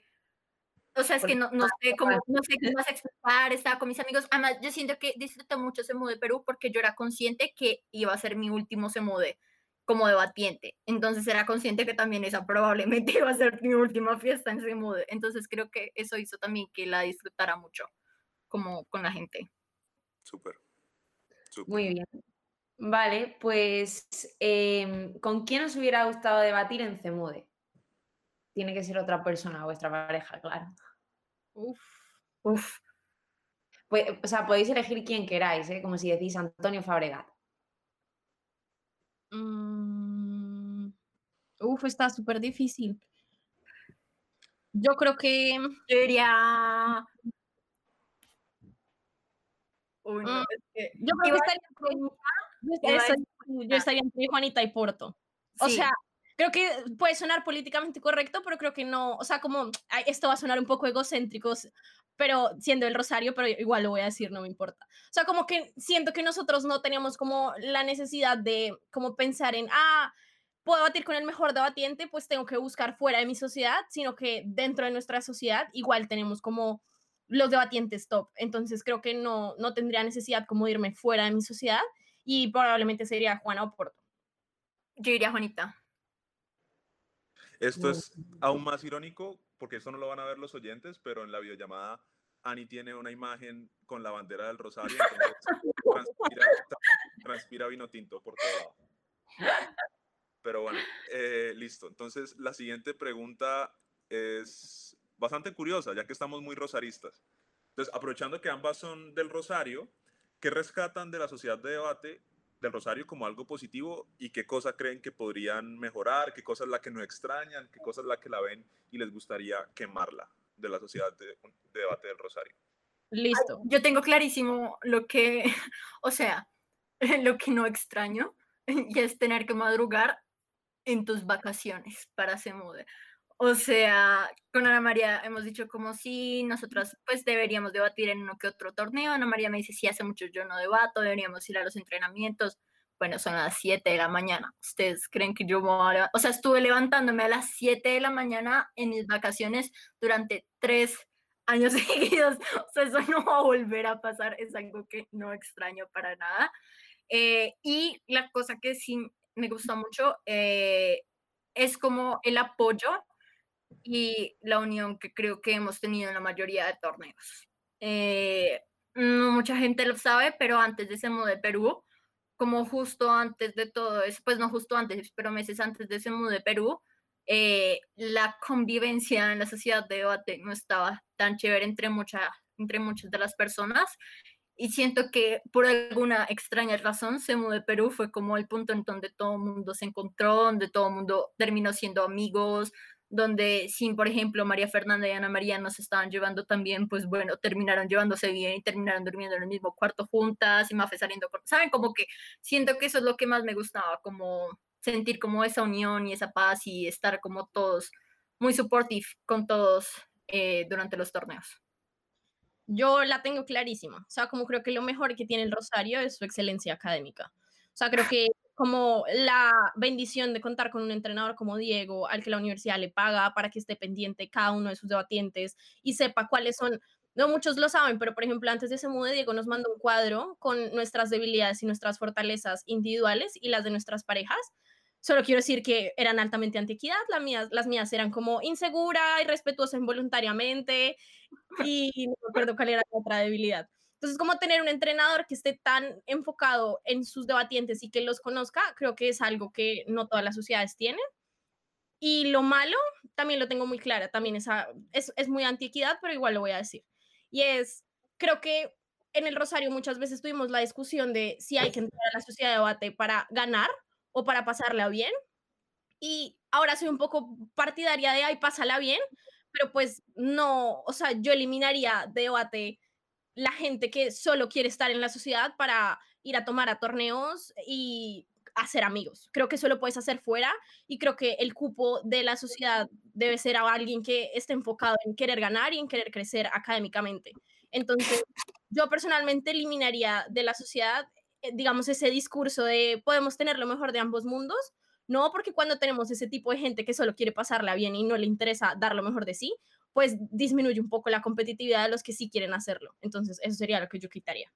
o sea, es que no, no sé cómo, no sé qué más explicar, estaba con mis amigos, además yo siento que disfruté mucho Semu de Perú porque yo era consciente que iba a ser mi último Semu de como debatiente, entonces era consciente que también esa probablemente iba a ser mi última fiesta en Semu de, entonces creo que eso hizo también que la disfrutara mucho, como con la gente. Súper, súper. Muy bien. Vale, pues em, ¿con quién os hubiera gustado debatir en Cemude? Tiene que ser otra persona, vuestra pareja, claro. Uf. Uf, Pues, o sea, podéis elegir quien queráis, ¿eh? Como si decís Antonio Fabregat. Mm, uf, está súper difícil. Yo creo que yo diría, uy, no, mm, es que yo creo que iba a estaría decir entre, Juanita, yo, iba a eso- decir yo Juanita. estaría entre Juanita y Porto. O Sí, sea, creo que puede sonar políticamente correcto, pero creo que no, o sea, como ay, esto va a sonar un poco egocéntrico, s- pero siendo el Rosario, pero igual lo voy a decir, no me importa. O sea, como que siento que nosotros no teníamos como la necesidad de como pensar en, ah, puedo debatir con el mejor debatiente, pues tengo que buscar fuera de mi sociedad, sino que dentro de nuestra sociedad igual tenemos como los debatientes top. Entonces creo que no, no tendría necesidad como de irme fuera de mi sociedad y probablemente sería Juana o Porto. yo diría Juanita. Esto Muy es aún más irónico porque esto no lo van a ver los oyentes, pero en la videollamada Ani tiene una imagen con la bandera del Rosario, entonces transpira, tra- transpira vino tinto por todo lado. Pero bueno, eh, listo. Entonces la siguiente pregunta es bastante curiosa, ya que estamos muy rosaristas. Entonces, aprovechando que ambas son del Rosario, ¿qué rescatan de la sociedad de debate del Rosario como algo positivo y qué cosa creen que podrían mejorar, qué cosa es la que no extrañan, qué cosa es la que la ven y les gustaría quemarla de la sociedad de, de debate del Rosario? Listo. Yo tengo clarísimo lo que, o sea, lo que no extraño y es tener que madrugar en tus vacaciones para se mude. O sea, con Ana María hemos dicho como si nosotras pues deberíamos debatir en uno que otro torneo. Ana María me dice, sí, hace mucho yo no debato, deberíamos ir a los entrenamientos. Bueno, son las siete de la mañana. ¿Ustedes creen que yo me voy a... O sea, estuve levantándome a las siete de la mañana en mis vacaciones durante tres años seguidos. O sea, eso no va a volver a pasar. Es algo que no extraño para nada. Eh, y la cosa que sí me gusta mucho eh, es como el apoyo y la unión que creo que hemos tenido en la mayoría de torneos. Eh, no mucha gente lo sabe, pero antes de Semu de Perú, como justo antes de todo eso, pues no justo antes, pero meses antes de ese mudé de Perú, eh, la convivencia en la sociedad de debate no estaba tan chévere entre, mucha, entre muchas de las personas. Y siento que por alguna extraña razón, Semu de Perú fue como el punto en donde todo el mundo se encontró, donde todo el mundo terminó siendo amigos, donde sin, por ejemplo, María Fernanda y Ana María no se estaban llevando tan bien, pues bueno, terminaron llevándose bien y terminaron durmiendo en el mismo cuarto juntas y Mafe saliendo con, ¿saben? Como que siento que eso es lo que más me gustaba, como sentir como esa unión y esa paz y estar como todos muy supportive con todos eh, durante los torneos. Yo la tengo clarísima. O sea, como creo que lo mejor que tiene el Rosario es su excelencia académica. O sea, creo que como la bendición de contar con un entrenador como Diego, al que la universidad le paga para que esté pendiente cada uno de sus debatientes y sepa cuáles son, no muchos lo saben, pero por ejemplo, antes de ese mude, Diego nos mandó un cuadro con nuestras debilidades y nuestras fortalezas individuales y las de nuestras parejas. Solo quiero decir que eran altamente antiequidad, las mías, las mías eran como insegura, irrespetuosa involuntariamente, y no me acuerdo cuál era la otra debilidad. Entonces, como tener un entrenador que esté tan enfocado en sus debatientes y que los conozca, creo que es algo que no todas las sociedades tienen. Y lo malo, también lo tengo muy clara, también esa, es, es muy antiequidad, pero igual lo voy a decir. Y es, creo que en el Rosario muchas veces tuvimos la discusión de si hay que entrar a la sociedad de debate para ganar o para pasarla bien. Y ahora soy un poco partidaria de, ay, pásala bien, pero pues no, o sea, yo eliminaría de debate la gente que solo quiere estar en la sociedad para ir a tomar a torneos y hacer amigos. Creo que eso lo puedes hacer fuera y creo que el cupo de la sociedad debe ser a alguien que esté enfocado en querer ganar y en querer crecer académicamente. Entonces, yo personalmente eliminaría de la sociedad, eh, digamos, ese discurso de podemos tener lo mejor de ambos mundos. No, porque cuando tenemos ese tipo de gente que solo quiere pasarla bien y no le interesa dar lo mejor de sí, pues disminuye un poco la competitividad de los que sí quieren hacerlo. Entonces, eso sería lo que yo quitaría.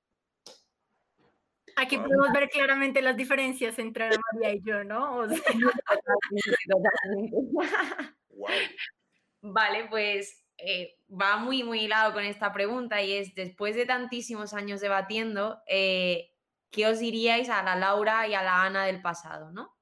Aquí wow. Podemos ver claramente las diferencias entre Ana María y yo, ¿no? O sea... Totalmente, totalmente. Wow. Vale, pues eh, va muy, muy hilado con esta pregunta y es, después de tantísimos años debatiendo, eh, ¿qué os diríais a la Laura y a la Ana del pasado, no?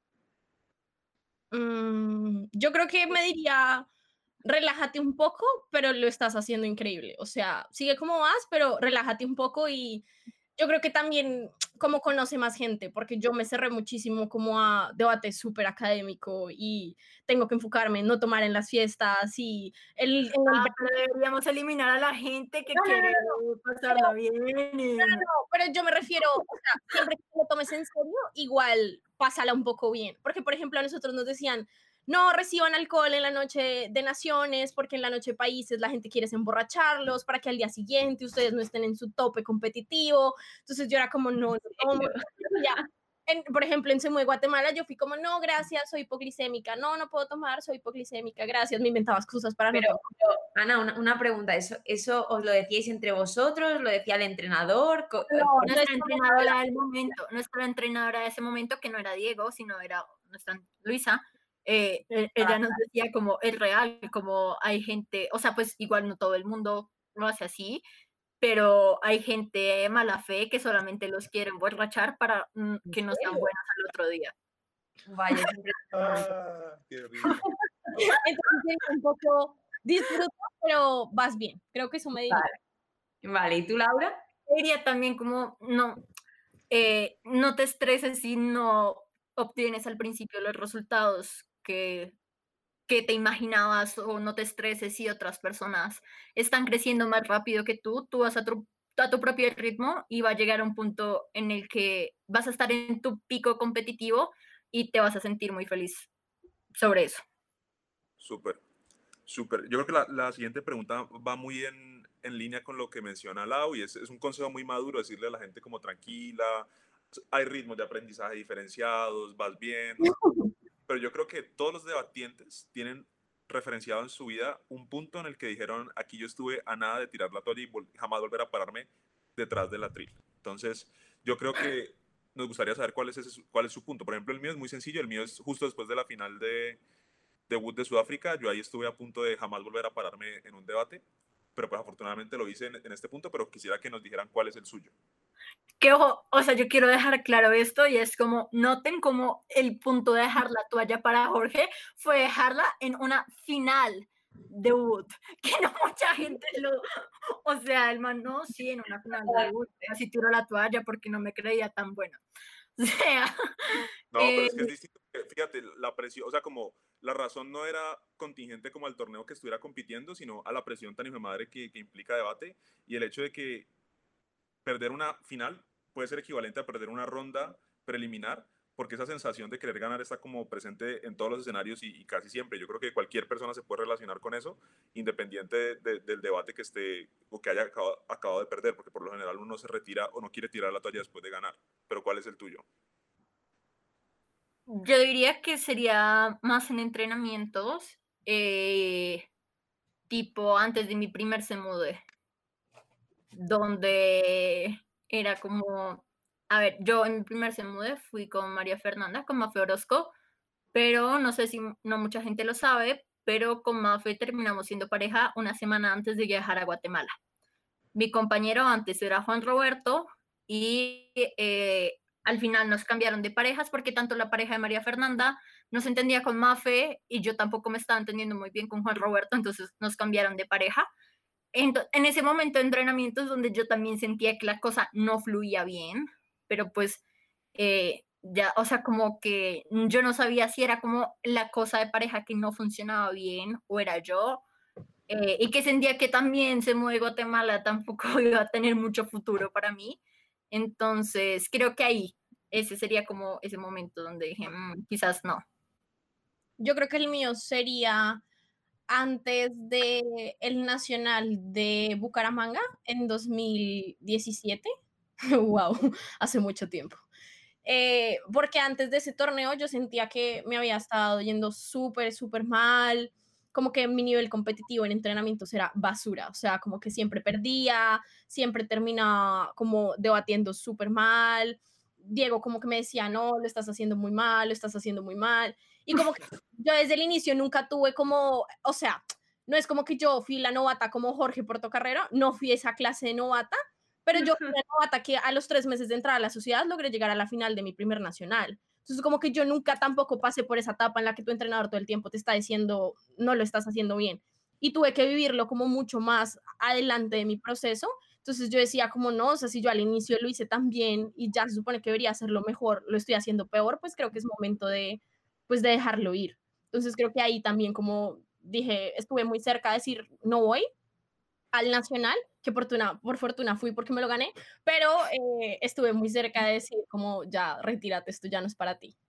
Mm, yo creo que me diría, relájate un poco, pero lo estás haciendo increíble. O sea, sigue como vas, pero relájate un poco y yo creo que también como conoce más gente, porque yo me cerré muchísimo como a debate súper académico y tengo que enfocarme en no tomar en las fiestas y el... el... Ah, pero deberíamos eliminar a la gente que no, quiere no, no, pasarla bien. Y... No, no, no, pero yo me refiero, o sea, siempre que lo tomes en serio, igual pásala un poco bien, porque por ejemplo a nosotros nos decían, no reciban alcohol en la noche de naciones, porque en la noche de países la gente quiere emborracharlos para que al día siguiente ustedes no estén en su tope competitivo. Entonces yo era como, no, no, no, ya. En, por ejemplo, en Semu de Guatemala yo fui como, no, gracias, soy hipoglicémica, no, no puedo tomar, soy hipoglicémica, gracias, me inventaba excusas para pero, no pero Ana, una, una pregunta, ¿eso, ¿eso os lo decíais entre vosotros? ¿Lo decía el entrenador? No, nuestra entrenadora del momento, nuestra entrenadora de ese momento, que no era Diego, sino era nuestra Luisa, eh, ella nos decía como es real, como hay gente, o sea, pues igual no todo el mundo lo hace así, pero hay gente mala fe que solamente los quiere emborrachar para mm, que no sean buenas al otro día. Vaya, siempre... ah, qué horrible. Entonces, un poco disfruta, pero vas bien. Creo que eso me diría. Vale, vale. ¿Y tú, Laura? Diría también como, no, eh, no te estreses si no obtienes al principio los resultados que que te imaginabas, o no te estreses si otras personas están creciendo más rápido que tú, tú vas a tu, a tu propio ritmo y va a llegar a un punto en el que vas a estar en tu pico competitivo y te vas a sentir muy feliz sobre eso. Súper, súper. Yo creo que la, la siguiente pregunta va muy en, en línea con lo que menciona Lau y es, es un consejo muy maduro decirle a la gente como tranquila, hay ritmos de aprendizaje diferenciados, vas bien. Pero yo creo que todos los debatientes tienen referenciado en su vida un punto en el que dijeron, aquí yo estuve a nada de tirar la toalla y vol jamás volver a pararme detrás del atril. Entonces, yo creo que nos gustaría saber cuál es, ese, cuál es su punto. Por ejemplo, el mío es muy sencillo, el mío es justo después de la final de, de Wood de Sudáfrica, yo ahí estuve a punto de jamás volver a pararme en un debate, pero pues afortunadamente lo hice en, en este punto, pero quisiera que nos dijeran cuál es el suyo. Que ojo, o sea, yo quiero dejar claro esto y es como, noten como el punto de dejar la toalla para Jorge fue dejarla en una final debut, que no mucha gente lo, o sea, el man, no, sí, en una final de debut, así tiró la toalla porque no me creía tan buena. O sea, No, pero eh, es que es distinto. que, Fíjate, la presión, o sea, como la razón no era contingente como al torneo que estuviera compitiendo, sino a la presión tan hijo de madre que, que implica debate y el hecho de que perder una final puede ser equivalente a perder una ronda preliminar, porque esa sensación de querer ganar está como presente en todos los escenarios y, y casi siempre. Yo creo que cualquier persona se puede relacionar con eso, independiente de, de, del debate que esté o que haya acabado, acabado de perder, porque por lo general uno se retira o no quiere tirar la toalla después de ganar. Pero ¿cuál es el tuyo? yo diría que sería más en entrenamientos, eh, tipo antes de mi primer semude, donde era como, a ver, yo en mi primer semude fui con María Fernanda, con Mafe Orozco, pero no sé si no mucha gente lo sabe, pero con Mafe terminamos siendo pareja una semana antes de viajar a Guatemala. Mi compañero antes era Juan Roberto y eh, al final nos cambiaron de parejas porque tanto la pareja de María Fernanda no se entendía con Mafe y yo tampoco me estaba entendiendo muy bien con Juan Roberto, entonces nos cambiaron de pareja. Ento- en ese momento de entrenamientos donde yo también sentía que la cosa no fluía bien, pero pues eh, ya, o sea, como que yo no sabía si era como la cosa de pareja que no funcionaba bien o era yo, eh, y que sentía que también se de Guatemala tampoco iba a tener mucho futuro para mí. Entonces, creo que ahí, ese sería como ese momento donde dije, "Mm, quizás no". Yo creo que el mío sería antes de el Nacional de Bucaramanga en dos mil diecisiete. Wow, hace mucho tiempo. Eh, porque antes de ese torneo yo sentía que me había estado yendo súper, súper mal, como que mi nivel competitivo en entrenamientos era basura, o sea, como que siempre perdía, siempre terminaba como debatiendo súper mal. Diego como que me decía, no, lo estás haciendo muy mal, lo estás haciendo muy mal. Y como que yo desde el inicio nunca tuve como, o sea, no es como que yo fui la novata como Jorge Portocarrero, no fui esa clase de novata, pero yo fui la novata que a los tres meses de entrar a la sociedad logré llegar a la final de mi primer nacional. Entonces, como que yo nunca tampoco pasé por esa etapa en la que tu entrenador todo el tiempo te está diciendo, no lo estás haciendo bien. Y tuve que vivirlo como mucho más adelante de mi proceso. Entonces yo decía como no, o sea, si yo al inicio lo hice tan bien y ya se supone que debería hacerlo mejor, lo estoy haciendo peor, pues creo que es momento de, pues de dejarlo ir. Entonces creo que ahí también como dije, estuve muy cerca de decir, no voy al Nacional, que por fortuna, por fortuna fui porque me lo gané, pero eh, estuve muy cerca de decir como ya, retírate, esto ya no es para ti.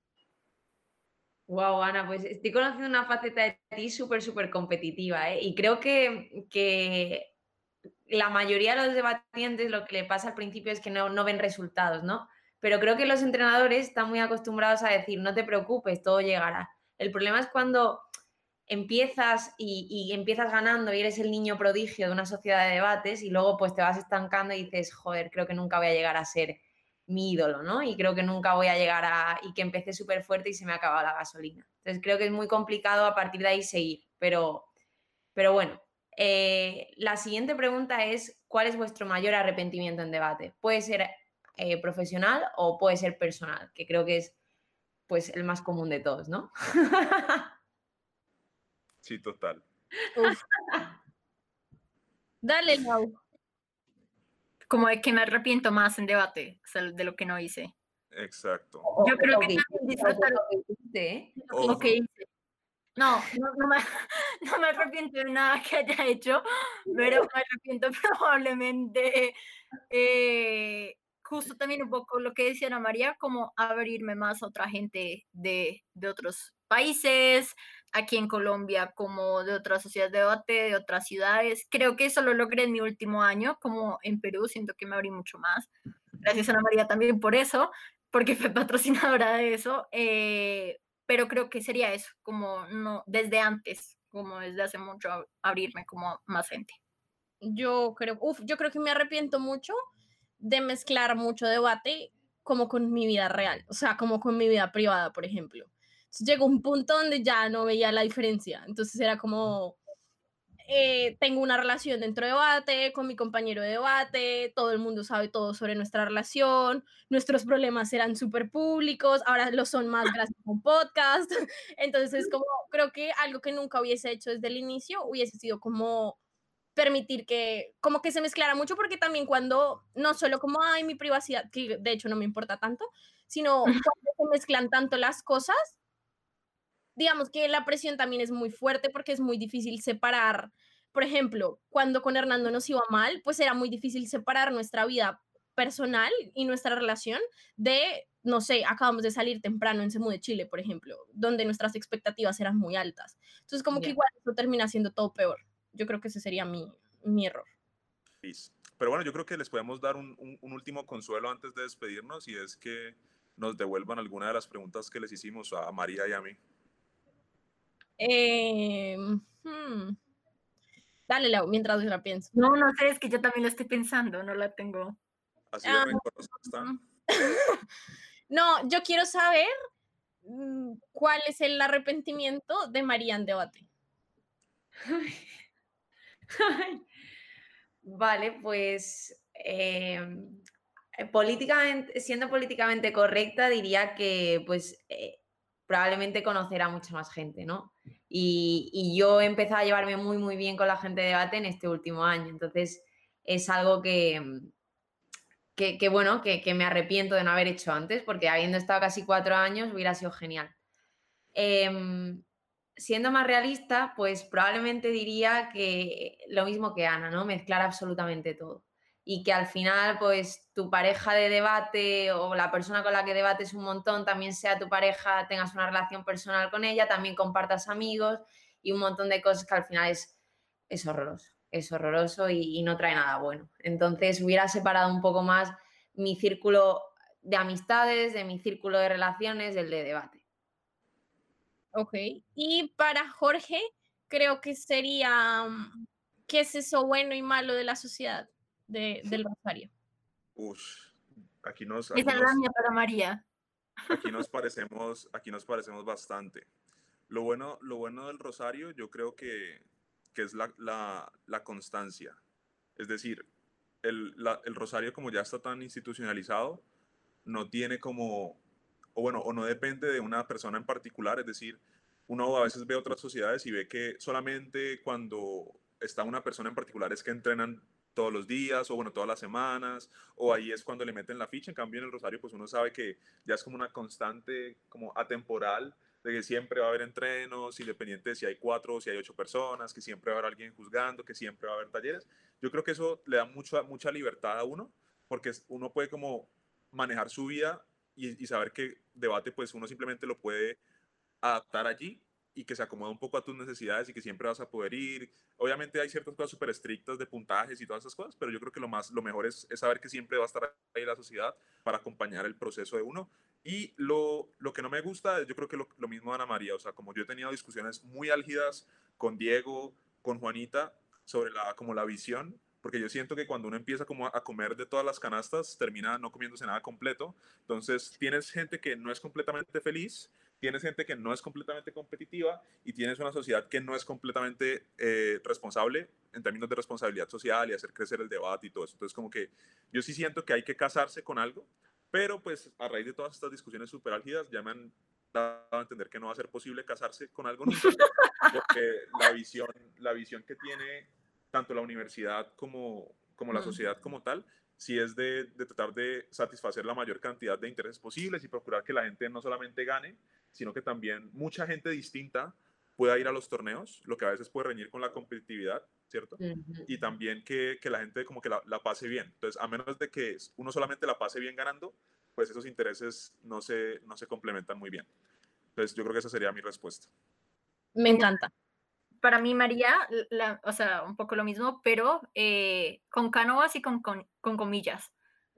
Wow, Ana, pues estoy conociendo una faceta de ti súper, súper competitiva, ¿eh? Y creo que, que la mayoría de los debatientes lo que le pasa al principio es que no, no ven resultados, ¿no? Pero creo que los entrenadores están muy acostumbrados a decir, no te preocupes, todo llegará. El problema es cuando empiezas y, y empiezas ganando y eres el niño prodigio de una sociedad de debates y luego pues te vas estancando y dices, joder, creo que nunca voy a llegar a ser mi ídolo, ¿no? Y creo que nunca voy a llegar a... y que empecé súper fuerte y se me ha acabado la gasolina. Entonces creo que es muy complicado a partir de ahí seguir, pero, pero bueno. Eh, la siguiente pregunta es, ¿cuál es vuestro mayor arrepentimiento en debate? Puede ser eh, profesional o puede ser personal, que creo que es pues el más común de todos, ¿no? Sí, total. Uf. Dale, Lau. Como de que me arrepiento más en debate, o sea, de lo que no hice. Exacto. Yo creo O que que también disfrutar o que hiciste, ¿eh? O lo que no. hice. No, no, no me, no me arrepiento de nada que haya hecho, pero me arrepiento probablemente, eh, justo también un poco lo que decía Ana María, como abrirme más a otra gente de, de otros países, aquí en Colombia, como de otras sociedades de debate, de otras ciudades. Creo que eso lo logré en mi último año, como en Perú, siento que me abrí mucho más. Gracias Ana María también por eso, porque fue patrocinadora de eso. Eh, pero creo que sería eso, como no, desde antes, como desde hace mucho, abrirme como más gente. Yo creo, uf, yo creo que me arrepiento mucho de mezclar mucho debate como con mi vida real, o sea, como con mi vida privada, por ejemplo. Entonces, llegó un punto donde ya no veía la diferencia, entonces era como, eh, tengo una relación dentro de debate, con mi compañero de debate, todo el mundo sabe todo sobre nuestra relación, nuestros problemas eran súper públicos, ahora lo son más gracias a un podcast. Entonces, como creo que algo que nunca hubiese hecho desde el inicio hubiese sido como permitir que, como que se mezclara mucho, porque también cuando, no solo como, ay, mi privacidad, que de hecho no me importa tanto, sino cuando se mezclan tanto las cosas, digamos que la presión también es muy fuerte porque es muy difícil separar. Por ejemplo, cuando con Hernando nos iba mal, pues era muy difícil separar nuestra vida personal y nuestra relación de, no sé, acabamos de salir temprano en Semu de Chile, por ejemplo, donde nuestras expectativas eran muy altas. Entonces, como que Ya. igual eso termina siendo todo peor. Yo creo que ese sería mi, mi error. Liz. Pero bueno, yo creo que les podemos dar un, un- un último consuelo antes de despedirnos y es que nos devuelvan alguna de las preguntas que les hicimos a María y a mí. Eh, hmm. Dale, Lau, mientras yo la pienso. No, no sé, es que yo también lo estoy pensando, no la tengo. Así de Ah, rencorosos están. no, yo quiero saber mm, cuál es el arrepentimiento de María en debate. Ay. Vale, pues em, eh, políticamente, siendo políticamente correcta, diría que pues eh, probablemente conocer a mucha más gente, ¿no? Y, y yo he empezado a llevarme muy, muy bien con la gente de debate en este último año. Entonces, es algo que, mm, que, que, bueno, que, que me arrepiento de no haber hecho antes, porque habiendo estado casi cuatro años hubiera sido genial. Em, Siendo más realista, pues probablemente diría que lo mismo que Ana, ¿no? Mezclar absolutamente todo. Y que al final, pues tu pareja de debate o la persona con la que debates un montón también sea tu pareja, tengas una relación personal con ella, también compartas amigos y un montón de cosas que al final es, es horroroso. Es horroroso y, y no trae nada bueno. Entonces hubiera separado un poco más mi círculo de amistades, de mi círculo de relaciones, del de debate. Ok. Y para Jorge, creo que sería, mm, ¿qué es eso bueno y malo de la sociedad de, del Rosario? Ush, aquí nos, aquí Esa es la nos, mía para María. aquí nos parecemos, aquí nos parecemos bastante. Lo bueno, lo bueno del Rosario, yo creo que, que es la, la, la constancia. Es decir, el, la- el Rosario, como ya está tan institucionalizado, no tiene como, o bueno, o no depende de una persona en particular. Es decir, uno a veces ve otras sociedades y ve que solamente cuando está una persona en particular es que entrenan todos los días o bueno, todas las semanas, o ahí es cuando le meten la ficha. En cambio, en el Rosario, pues uno sabe que ya es como una constante, como atemporal, de que siempre va a haber entrenos, independiente de si hay cuatro o si hay ocho personas, que siempre va a haber alguien juzgando, que siempre va a haber talleres. Yo creo que eso le da mucha, mucha libertad a uno, porque uno puede como manejar su vida y, y saber que debate, pues uno simplemente lo puede adaptar allí y que se acomoda un poco a tus necesidades y que siempre vas a poder ir. Obviamente hay ciertas cosas súper estrictas de puntajes y todas esas cosas, pero yo creo que lo, más, lo mejor es, es saber que siempre va a estar ahí la sociedad para acompañar el proceso de uno. Y lo, lo que no me gusta, yo creo que lo, lo mismo de Ana María, o sea, como yo he tenido discusiones muy álgidas con Diego, con Juanita, sobre la, como la visión, porque yo siento que cuando uno empieza como a comer de todas las canastas, termina no comiéndose nada completo. Entonces, tienes gente que no es completamente feliz, tienes gente que no es completamente competitiva y tienes una sociedad que no es completamente eh, responsable en términos de responsabilidad social y hacer crecer el debate y todo eso. Entonces, como que yo sí siento que hay que casarse con algo, pero pues a raíz de todas estas discusiones súper álgidas ya me han dado a entender que no va a ser posible casarse con algo nunca, porque la visión, la visión que tiene tanto la universidad como, como la sociedad como tal, si es de, de tratar de satisfacer la mayor cantidad de intereses posibles y procurar que la gente no solamente gane, sino que también mucha gente distinta pueda ir a los torneos, lo que a veces puede reñir con la competitividad, ¿cierto? Ujú. Y también que, que la gente como que la, la, pase bien. Entonces, a menos de que uno solamente la pase bien ganando, pues esos intereses no se, no se complementan muy bien. Entonces, yo creo que esa sería mi respuesta. Me encanta. Para mí, María, la, o sea, un poco lo mismo, pero eh, con cánovas y con, con, con comillas.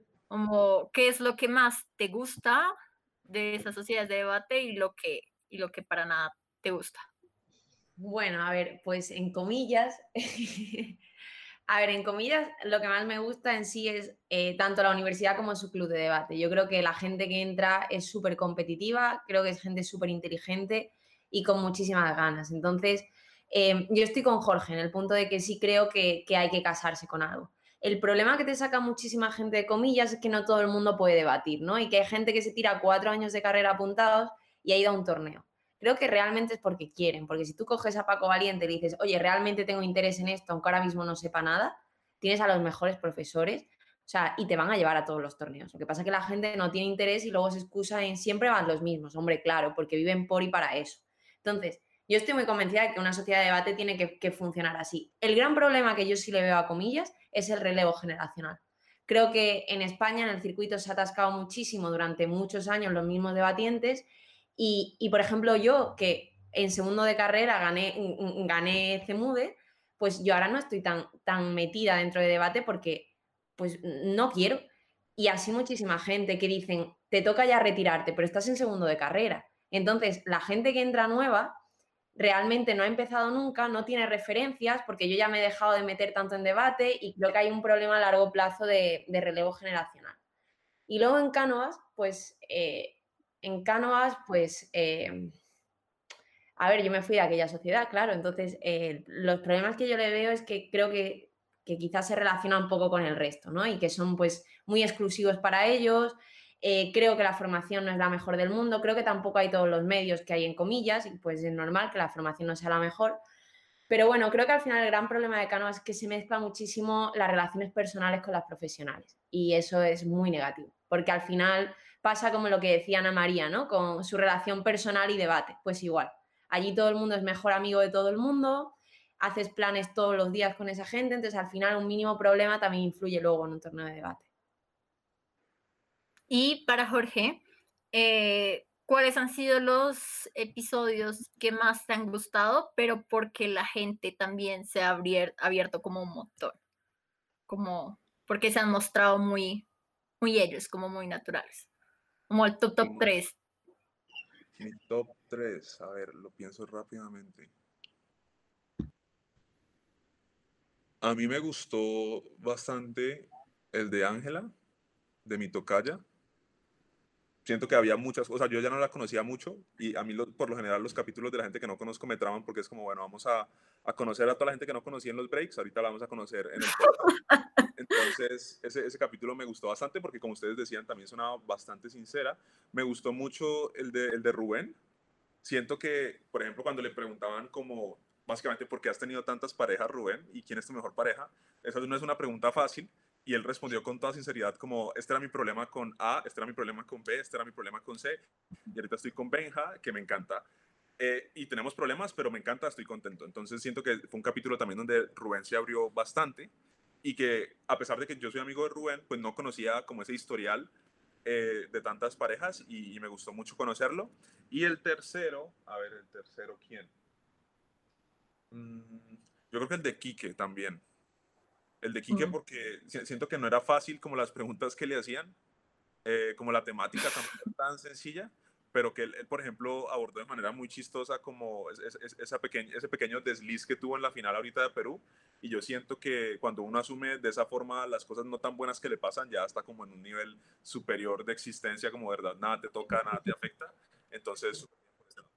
Como, ¿qué es lo que más te gusta de esas sociedades de debate y lo que, y lo que para nada te gusta? Bueno, a ver, pues en comillas, a ver, en comillas, lo que más me gusta en sí es eh, tanto la universidad como su club de debate. Yo creo que la gente que entra es súper competitiva, creo que es gente súper inteligente y con muchísimas ganas. Entonces, Eh, yo estoy con Jorge en el punto de que sí creo que, que hay que casarse con algo. El problema que te saca muchísima gente de comillas es que no todo el mundo puede debatir, ¿no? Y que hay gente que se tira cuatro años de carrera apuntados y ha ido a un torneo. Creo que realmente es porque quieren, porque si tú coges a Paco Valiente y le dices, oye, realmente tengo interés en esto, aunque ahora mismo no sepa nada, tienes a los mejores profesores, o sea, y te van a llevar a todos los torneos. Lo que pasa es que la gente no tiene interés y luego se excusa en siempre van los mismos, hombre, claro, porque viven por y para eso. Entonces, yo estoy muy convencida de que una sociedad de debate tiene que, que funcionar así. El gran problema que yo sí le veo a comillas es el relevo generacional. Creo que en España, en el circuito, se ha atascado muchísimo durante muchos años los mismos debatientes y, y por ejemplo, yo, que en segundo de carrera gané, gané CEMUDE, pues yo ahora no estoy tan, tan metida dentro de debate porque pues no quiero. Y así muchísima gente que dicen, te toca ya retirarte, pero estás en segundo de carrera. Entonces, la gente que entra nueva realmente no ha empezado nunca, no tiene referencias, porque yo ya me he dejado de meter tanto en debate y creo que hay un problema a largo plazo de, de relevo generacional. Y luego en Cánovas, pues, eh, en Cánovas, pues, eh, a ver, yo me fui de aquella sociedad, claro, entonces eh, los problemas que yo le veo es que creo que, que quizás se relaciona un poco con el resto, ¿no? Y que son, pues, muy exclusivos para ellos. Eh, creo que la formación no es la mejor del mundo, creo que tampoco hay todos los medios que hay en comillas, y pues es normal que la formación no sea la mejor. Pero bueno, creo que al final el gran problema de Cánovas es que se mezcla muchísimo las relaciones personales con las profesionales y eso es muy negativo, porque al final pasa como lo que decía Ana María, ¿no? Con su relación personal y debate, pues igual. Allí todo el mundo es mejor amigo de todo el mundo, haces planes todos los días con esa gente, entonces al final un mínimo problema también influye luego en un torneo de debate. Y para Jorge, eh, ¿cuáles han sido los episodios que más te han gustado, pero porque la gente también se ha abier- abierto como un montón? Como porque se han mostrado muy, muy ellos, como muy naturales. Como el top top Como- tres. Mi top tres, a ver, lo pienso rápidamente. A mí me gustó bastante el de Ángela, de mi tocaya. Siento que había muchas cosas, yo ya no la conocía mucho y a mí lo- por lo general los capítulos de la gente que no conozco me traman porque es como, bueno, vamos a, a conocer a toda la gente que no conocí en los breaks, ahorita la vamos a conocer en el podcast. Entonces, ese, ese capítulo me gustó bastante porque como ustedes decían, también sonaba bastante sincera. Me gustó mucho el de, el de Rubén. Siento que, por ejemplo, cuando le preguntaban como, básicamente, ¿por qué has tenido tantas parejas, Rubén? ¿Y quién es tu mejor pareja? Esa no es una pregunta fácil. Y él respondió con toda sinceridad como, este era mi problema con A, este era mi problema con B, este era mi problema con C. Y ahorita estoy con Benja, que me encanta. Eh, y tenemos problemas, pero me encanta, estoy contento. Entonces siento que fue un capítulo también donde Rubén se abrió bastante y que a pesar de que yo soy amigo de Rubén, pues no conocía como ese historial eh, de tantas parejas y, y me gustó mucho conocerlo. Y el tercero, a ver, el tercero, ¿quién? Mm, yo creo que el de Quique también. El de Quique Mm. porque si- siento que no era fácil como las preguntas que le hacían, eh, como la temática tampoco es tan sencilla, pero que él, él, por ejemplo, abordó de manera muy chistosa como es, es- es- esa pequeña, ese pequeño desliz que tuvo en la final ahorita de Perú. Y yo siento que cuando uno asume de esa forma las cosas no tan buenas que le pasan, ya está como en un nivel superior de existencia, como verdad, nada te toca, nada te afecta. Entonces, súper bien por ese lado.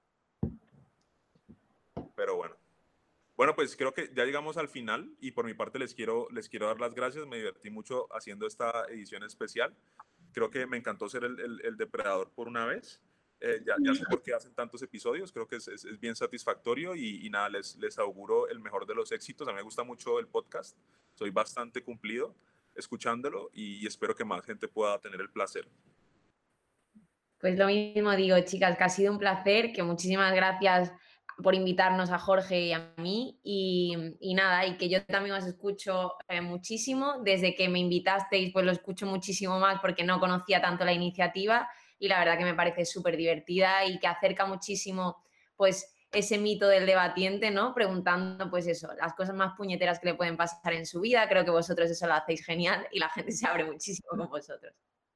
Pero bueno. Bueno, pues creo que ya llegamos al final y por mi parte les quiero, les quiero dar las gracias. Me divertí mucho haciendo esta edición especial. Creo que me encantó ser el, el, el depredador por una vez. Eh, ya, ya sé por qué hacen tantos episodios. Creo que es, es, es bien satisfactorio y, y nada, les, les auguro el mejor de los éxitos. A mí me gusta mucho el podcast. Soy bastante cumplido escuchándolo y, y espero que más gente pueda tener el placer. Pues lo mismo digo, chicas, que ha sido un placer, que muchísimas gracias por invitarnos a Jorge y a mí y, y nada, y que yo también os escucho eh, muchísimo, desde que me invitasteis pues lo escucho muchísimo más porque no conocía tanto la iniciativa y la verdad que me parece súper divertida y que acerca muchísimo pues ese mito del debatiente, ¿no? Preguntando pues eso, las cosas más puñeteras que le pueden pasar en su vida, creo que vosotros eso lo hacéis genial y la gente se abre muchísimo con vosotros.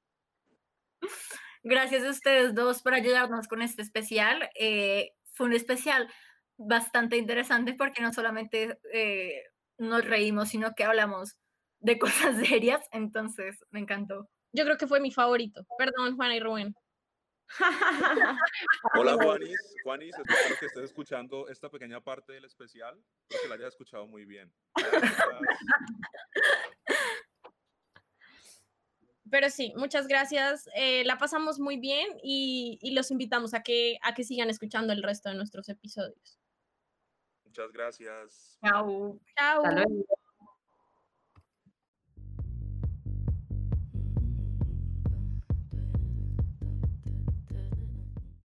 Gracias a ustedes dos por ayudarnos con este especial. Eh, fue un especial bastante interesante porque no solamente eh, nos reímos, sino que hablamos de cosas serias, entonces me encantó. Yo creo que fue mi favorito. Perdón, Juana y Rubén. Hola Juanis, Juanis, espero que estés escuchando esta pequeña parte del especial, espero que la hayas escuchado muy bien. Gracias. Pero sí, muchas gracias. Eh, la pasamos muy bien y, y los invitamos a que, a que sigan escuchando el resto de nuestros episodios. Muchas gracias. Chao. Chao. Hasta luego.